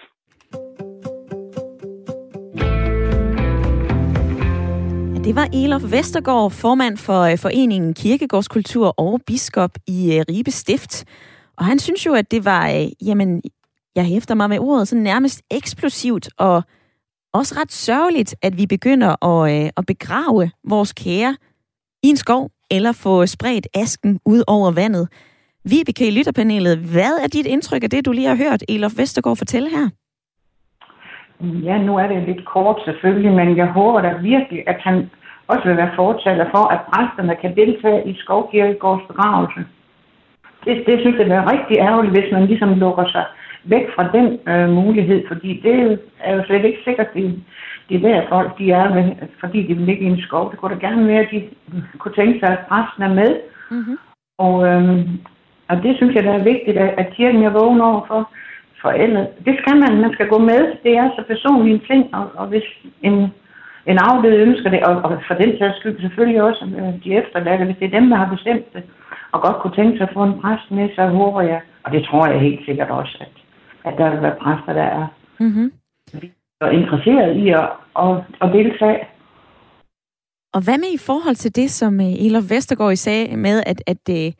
Det var Elof Vestergaard, formand for foreningen Kirkegårdskultur og biskop i Ribe Stift. Og han synes jo, at det var, jamen, jeg hæfter mig med ordet, sådan nærmest eksplosivt og også ret sørgeligt, at vi begynder at, at begrave vores kære i en skov eller få spredt asken ud over vandet. Vibeke i lytterpanelet, hvad er dit indtryk af det, du lige har hørt Elof Vestergaard fortælle her? Ja, nu er det lidt kort selvfølgelig, men jeg håber da virkelig, at han også vil være fortaler for, at præsterne kan deltage i Skovkirkegårds begravelse. Det, det synes jeg er rigtig ærgerligt, hvis man ligesom lukker sig væk fra den øh, mulighed, fordi det er jo slet ikke sikkert, at de, de der folk, de er med, fordi de vil ligge i en skov. Det kunne da gerne være, at de kunne tænke sig, at præsten er med. Mm-hmm. Og, øh, og det synes jeg, der er vigtigt, at, at kirken er vågen over for. Forældre. Det skal man, man skal gå med. Det er så personlige ting, og, og hvis en, en afdød ønsker det, og, og for den sags skyld selvfølgelig også de efterladte, hvis det er dem, der har bestemt det, og godt kunne tænke sig at få en præst med, så håber jeg, og det tror jeg helt sikkert også, at, at der vil være præster, der er mm-hmm. interesseret i at, at, at deltage. Og hvad med i forhold til det, som Elof Vestergaard sagde med, at, at det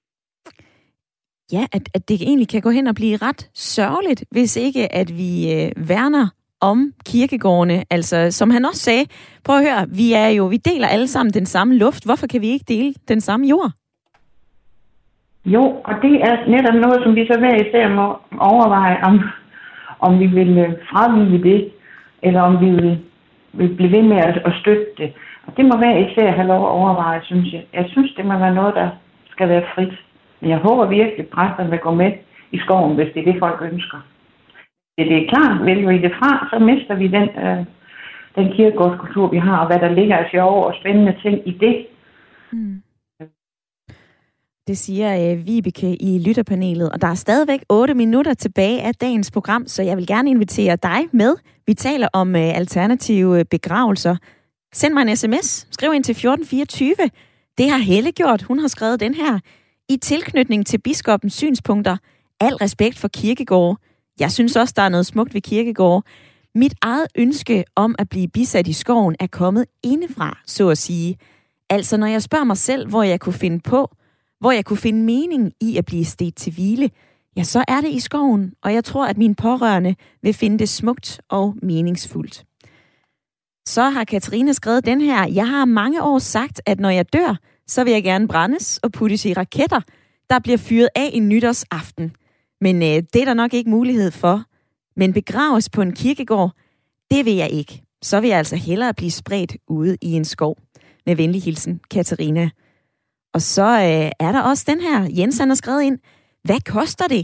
Ja, at, at det egentlig kan gå hen og blive ret sørgeligt, hvis ikke at vi øh, værner om kirkegårdene. Altså, som han også sagde, prøv at høre, vi er jo, vi deler alle sammen den samme luft. Hvorfor kan vi ikke dele den samme jord? Jo, og det er netop noget, som vi så hver især må overveje, om, om vi vil fravige det, eller om vi vil, vil blive ved med at, at støtte det. Og det må hver især have lov at overveje, synes jeg. Jeg synes, det må være noget, der skal være frit. Men jeg håber virkelig, at præsterne vil gå med i skoven, hvis det er det, folk ønsker. Det er klart, vælger vi det fra, så mister vi den, øh, den kirkegårdskultur, vi har, og hvad der ligger af sjove og spændende ting i det. Mm. Det siger øh, Vibeke i lytterpanelet, og der er stadigvæk otte minutter tilbage af dagens program, så jeg vil gerne invitere dig med. Vi taler om øh, alternative begravelser. Send mig en sms, skriv ind til fjorten fireogtyve. Det har Helle gjort, hun har skrevet den her. I tilknytning til biskoppens synspunkter, al respekt for kirkegårde. Jeg synes også, der er noget smukt ved kirkegårde. Mit eget ønske om at blive bisat i skoven er kommet indefra, så at sige. Altså, når jeg spørger mig selv, hvor jeg kunne finde på, hvor jeg kunne finde mening i at blive stedt til hvile, ja, så er det i skoven, og jeg tror, at mine pårørende vil finde det smukt og meningsfuldt. Så har Katarina skrevet den her. Jeg har mange år sagt, at når jeg dør, så vil jeg gerne brændes og puttes i raketter, der bliver fyret af en nytårsaften. Men øh, det er der nok ikke mulighed for. Men begraves på en kirkegård, det vil jeg ikke. Så vil jeg altså hellere blive spredt ude i en skov. Med venlig hilsen, Katarina. Og så øh, er der også den her. Jens han har skrevet ind. Hvad koster det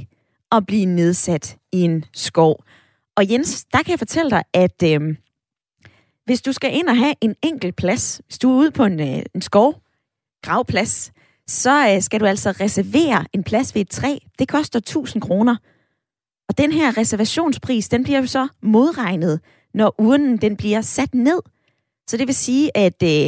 at blive nedsat i en skov. Og Jens, der kan jeg fortælle dig, at øh, hvis du skal ind og have en enkelt plads, hvis du er ude på en, øh, en skov, gravplads, så øh, skal du altså reservere en plads ved et træ. Det koster tusind kroner. Og den her reservationspris, den bliver jo så modregnet, når urnen den bliver sat ned. Så det vil sige, at øh,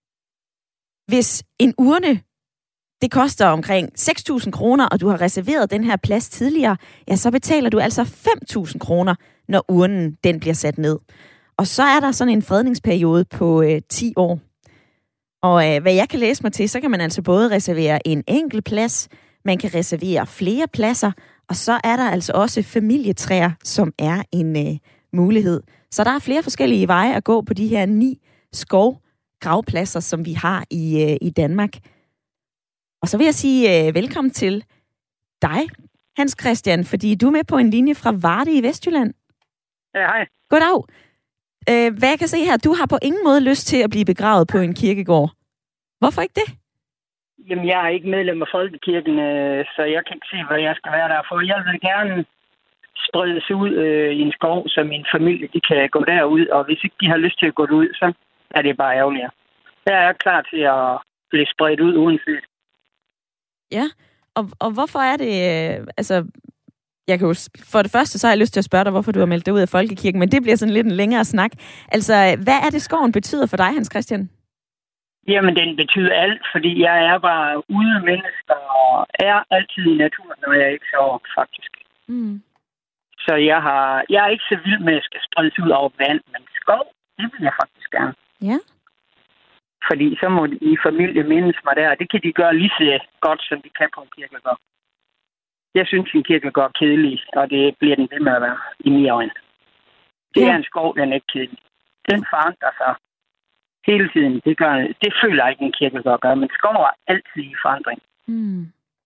hvis en urne, det koster omkring seks tusind kroner, og du har reserveret den her plads tidligere, ja, så betaler du altså fem tusind kroner, når urnen den bliver sat ned. Og så er der sådan en fredningsperiode på øh, ti år. Og øh, hvad jeg kan læse mig til, så kan man altså både reservere en enkelt plads, man kan reservere flere pladser, og så er der altså også familietræer, som er en øh, mulighed. Så der er flere forskellige veje at gå på de her ni skovgravpladser, som vi har i, øh, i Danmark. Og så vil jeg sige øh, velkommen til dig, Hans Christian, fordi du er med på en linje fra Varde i Vestjylland. Ja, hej. Goddag. Øh, hvad jeg kan se her, du har på ingen måde lyst til at blive begravet på en kirkegård. Hvorfor ikke det? Jamen, jeg er ikke medlem af Folkekirken, øh, så jeg kan ikke se, hvad jeg skal være der for. Jeg vil gerne spredes ud øh, i en skov, så min familie de kan gå derud, og hvis ikke de har lyst til at gå ud, så er det bare ærgerligt. Jeg er klar til at blive spredt ud uanset. Ja, og, og hvorfor er det, øh, altså, jeg kan jo, for det første, så har jeg lyst til at spørge dig, hvorfor du har meldt dig ud af Folkekirken, men det bliver sådan lidt en længere snak. Altså, hvad er det, skoven betyder for dig, Hans Christian? Jamen, den betyder alt, fordi jeg er bare ude mennesker og er altid i naturen, når jeg ikke sover, faktisk. Mm. Så jeg, har, jeg er ikke så vild med, at jeg skal spredes ud over vand, men skov, det vil jeg faktisk gerne. Ja. Fordi så må I familie mindes mig der, det kan de gøre lige så godt, som de kan på en kirkegård. Jeg synes, en kirkegård er kedelig, og det bliver den ved med at være i mine øjne. Det ja. er en skov, den er ikke kedelig. Den forandrer sig hele tiden. Det, gør, det føler jeg ikke, en kirkegård gør, men skov er altid i forandring. Mm.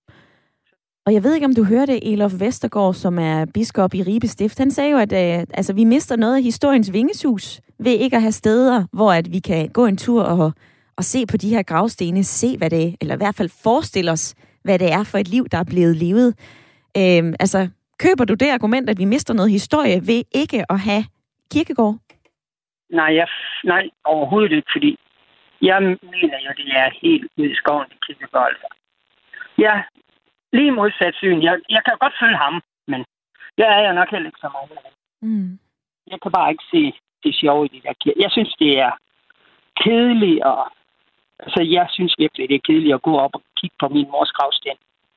Og jeg ved ikke, om du hørte Elof Vestergaard, som er biskop i Ribe Stift. Han sagde jo, at øh, altså, vi mister noget af historiens vingesus ved ikke at have steder, hvor at vi kan gå en tur og, og se på de her gravstene, se hvad det er, eller i hvert fald forestille os, hvad det er for et liv, der er blevet levet. Øh, altså, køber du det argument, at vi mister noget historie ved ikke at have kirkegård? Nej, jeg, nej, overhovedet ikke, fordi jeg mener jo, det er helt ude i skoven, det kirkegård, altså. Ja, lige modsat syn. Jeg, jeg kan godt følge ham, men jeg er jo nok heller ikke så meget. Mm. Jeg kan bare ikke se det sjove i det der kirke. Jeg synes, det er kedeligt, og altså, jeg synes virkelig, det er kedeligt at gå op og kigge på min mors gravsten.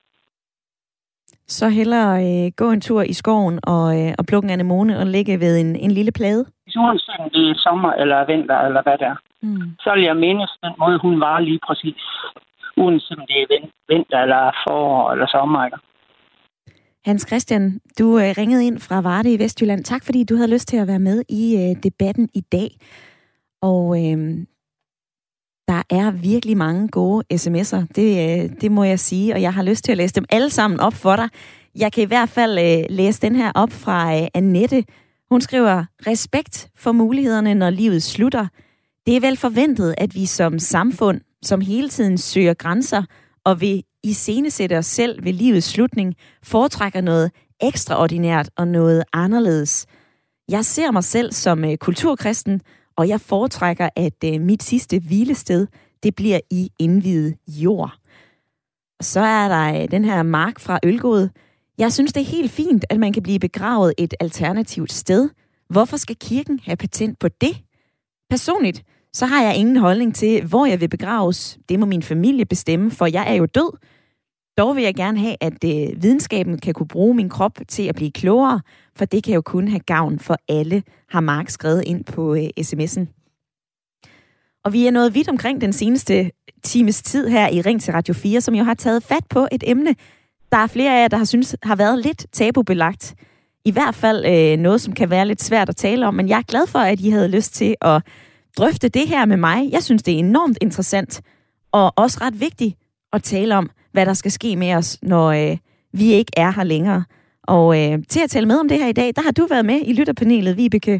Så hellere øh, gå en tur i skoven og, øh, og plukke en anemone og ligge ved en, en lille plade? Uanset om det er sommer eller vinter eller hvad det er, mm. så vil jeg mindes den måde, hun var lige præcis. Uanset om det er vinter eller forår eller sommer. Ikke? Hans Christian, du øh, ringede ind fra Varde i Vestjylland. Tak fordi du havde lyst til at være med i øh, debatten i dag. Og øh, der er virkelig mange gode sms'er, det, øh, det må jeg sige, og jeg har lyst til at læse dem alle sammen op for dig. Jeg kan i hvert fald øh, læse den her op fra øh, Annette. Hun skriver, respekt for mulighederne, når livet slutter. Det er vel forventet, at vi som samfund, som hele tiden søger grænser og vil iscenesætte os selv ved livets slutning, foretrækker noget ekstraordinært og noget anderledes. Jeg ser mig selv som uh, kulturkristen, og jeg foretrækker, at uh, mit sidste hvilested, det bliver i indviet jord. Og så er der uh, den her Mark fra Ølgod. Jeg synes, det er helt fint, at man kan blive begravet et alternativt sted. Hvorfor skal kirken have patent på det? Personligt, så har jeg ingen holdning til, hvor jeg vil begraves. Det må min familie bestemme, for jeg er jo død. Dog vil jeg gerne have, at øh, videnskaben kan kunne bruge min krop til at blive klogere, for det kan jo kun have gavn for alle, har Mark skrevet ind på øh, sms'en. Og vi er nået vidt omkring den seneste times tid her i Ring til Radio fire, som jo har taget fat på et emne, der er flere af jer, der har synes har været lidt tabubelagt. I hvert fald øh, noget, som kan være lidt svært at tale om, men jeg er glad for, at I havde lyst til at drøfte det her med mig. Jeg synes, det er enormt interessant og også ret vigtigt at tale om, hvad der skal ske med os, når øh, vi ikke er her længere. Og øh, til at tale med om det her i dag, der har du været med i lytterpanelet, Vibeke.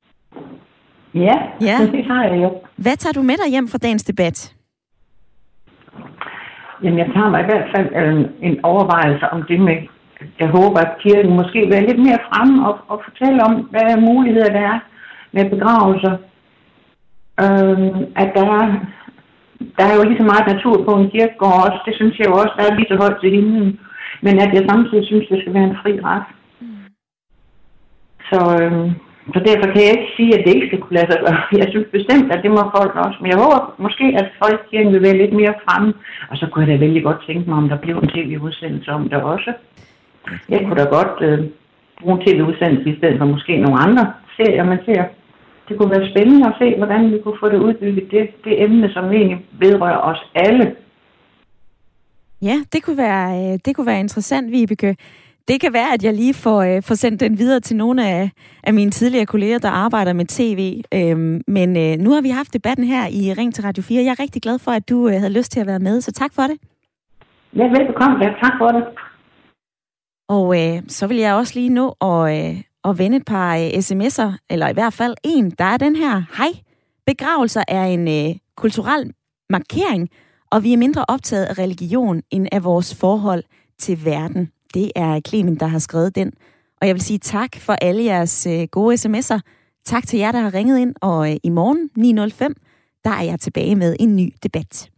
Ja, ja, det har jeg jo. Hvad tager du med dig hjem fra dagens debat? Jamen, jeg tager mig i hvert fald øh, en overvejelse om det med jeg håber, at kirken måske vil være lidt mere fremme og, og fortælle om, hvad muligheder der er med begravelser. Øhm, at der er, der er jo lige så meget natur på en kirkegård også. Det synes jeg jo også, der er lige så højt til himlen. Men at jeg samtidig synes, det skal være en fri ret. Mm. Så, øhm, så derfor kan jeg ikke sige, at det ikke skal kunne lade sig gøre. Jeg synes bestemt, at det må folk også. Men jeg håber måske, at folkekirken vil være lidt mere fremme. Og så kunne jeg da vældig godt tænke mig, om der bliver en tv-udsendelse om det også. Jeg kunne da godt øh, bruge en tv-udsendelse i stedet for måske nogle andre serier, man ser. Det kunne være spændende at se, hvordan vi kunne få det udbygget, det, det emne, som egentlig vedrører os alle. Ja, det kunne være, det kunne være interessant, Vibeke. Det kan være, at jeg lige får, får sendt den videre til nogle af, af mine tidligere kolleger, der arbejder med tv. Øhm, men øh, nu har vi haft debatten her i Ring til Radio fire. Jeg er rigtig glad for, at du øh, havde lyst til at være med, så tak for det. Ja, velbekomme. Ja, tak for det. Og øh, så vil jeg også lige nå at, øh, at vende et par øh, sms'er, eller i hvert fald en. Der er den her: hej, begravelser er en øh, kulturel markering, og vi er mindre optaget af religion end af vores forhold til verden. Det er Clemen, der har skrevet den. Og jeg vil sige tak for alle jeres øh, gode sms'er. Tak til jer, der har ringet ind, og øh, i morgen ni nul fem, der er jeg tilbage med en ny debat.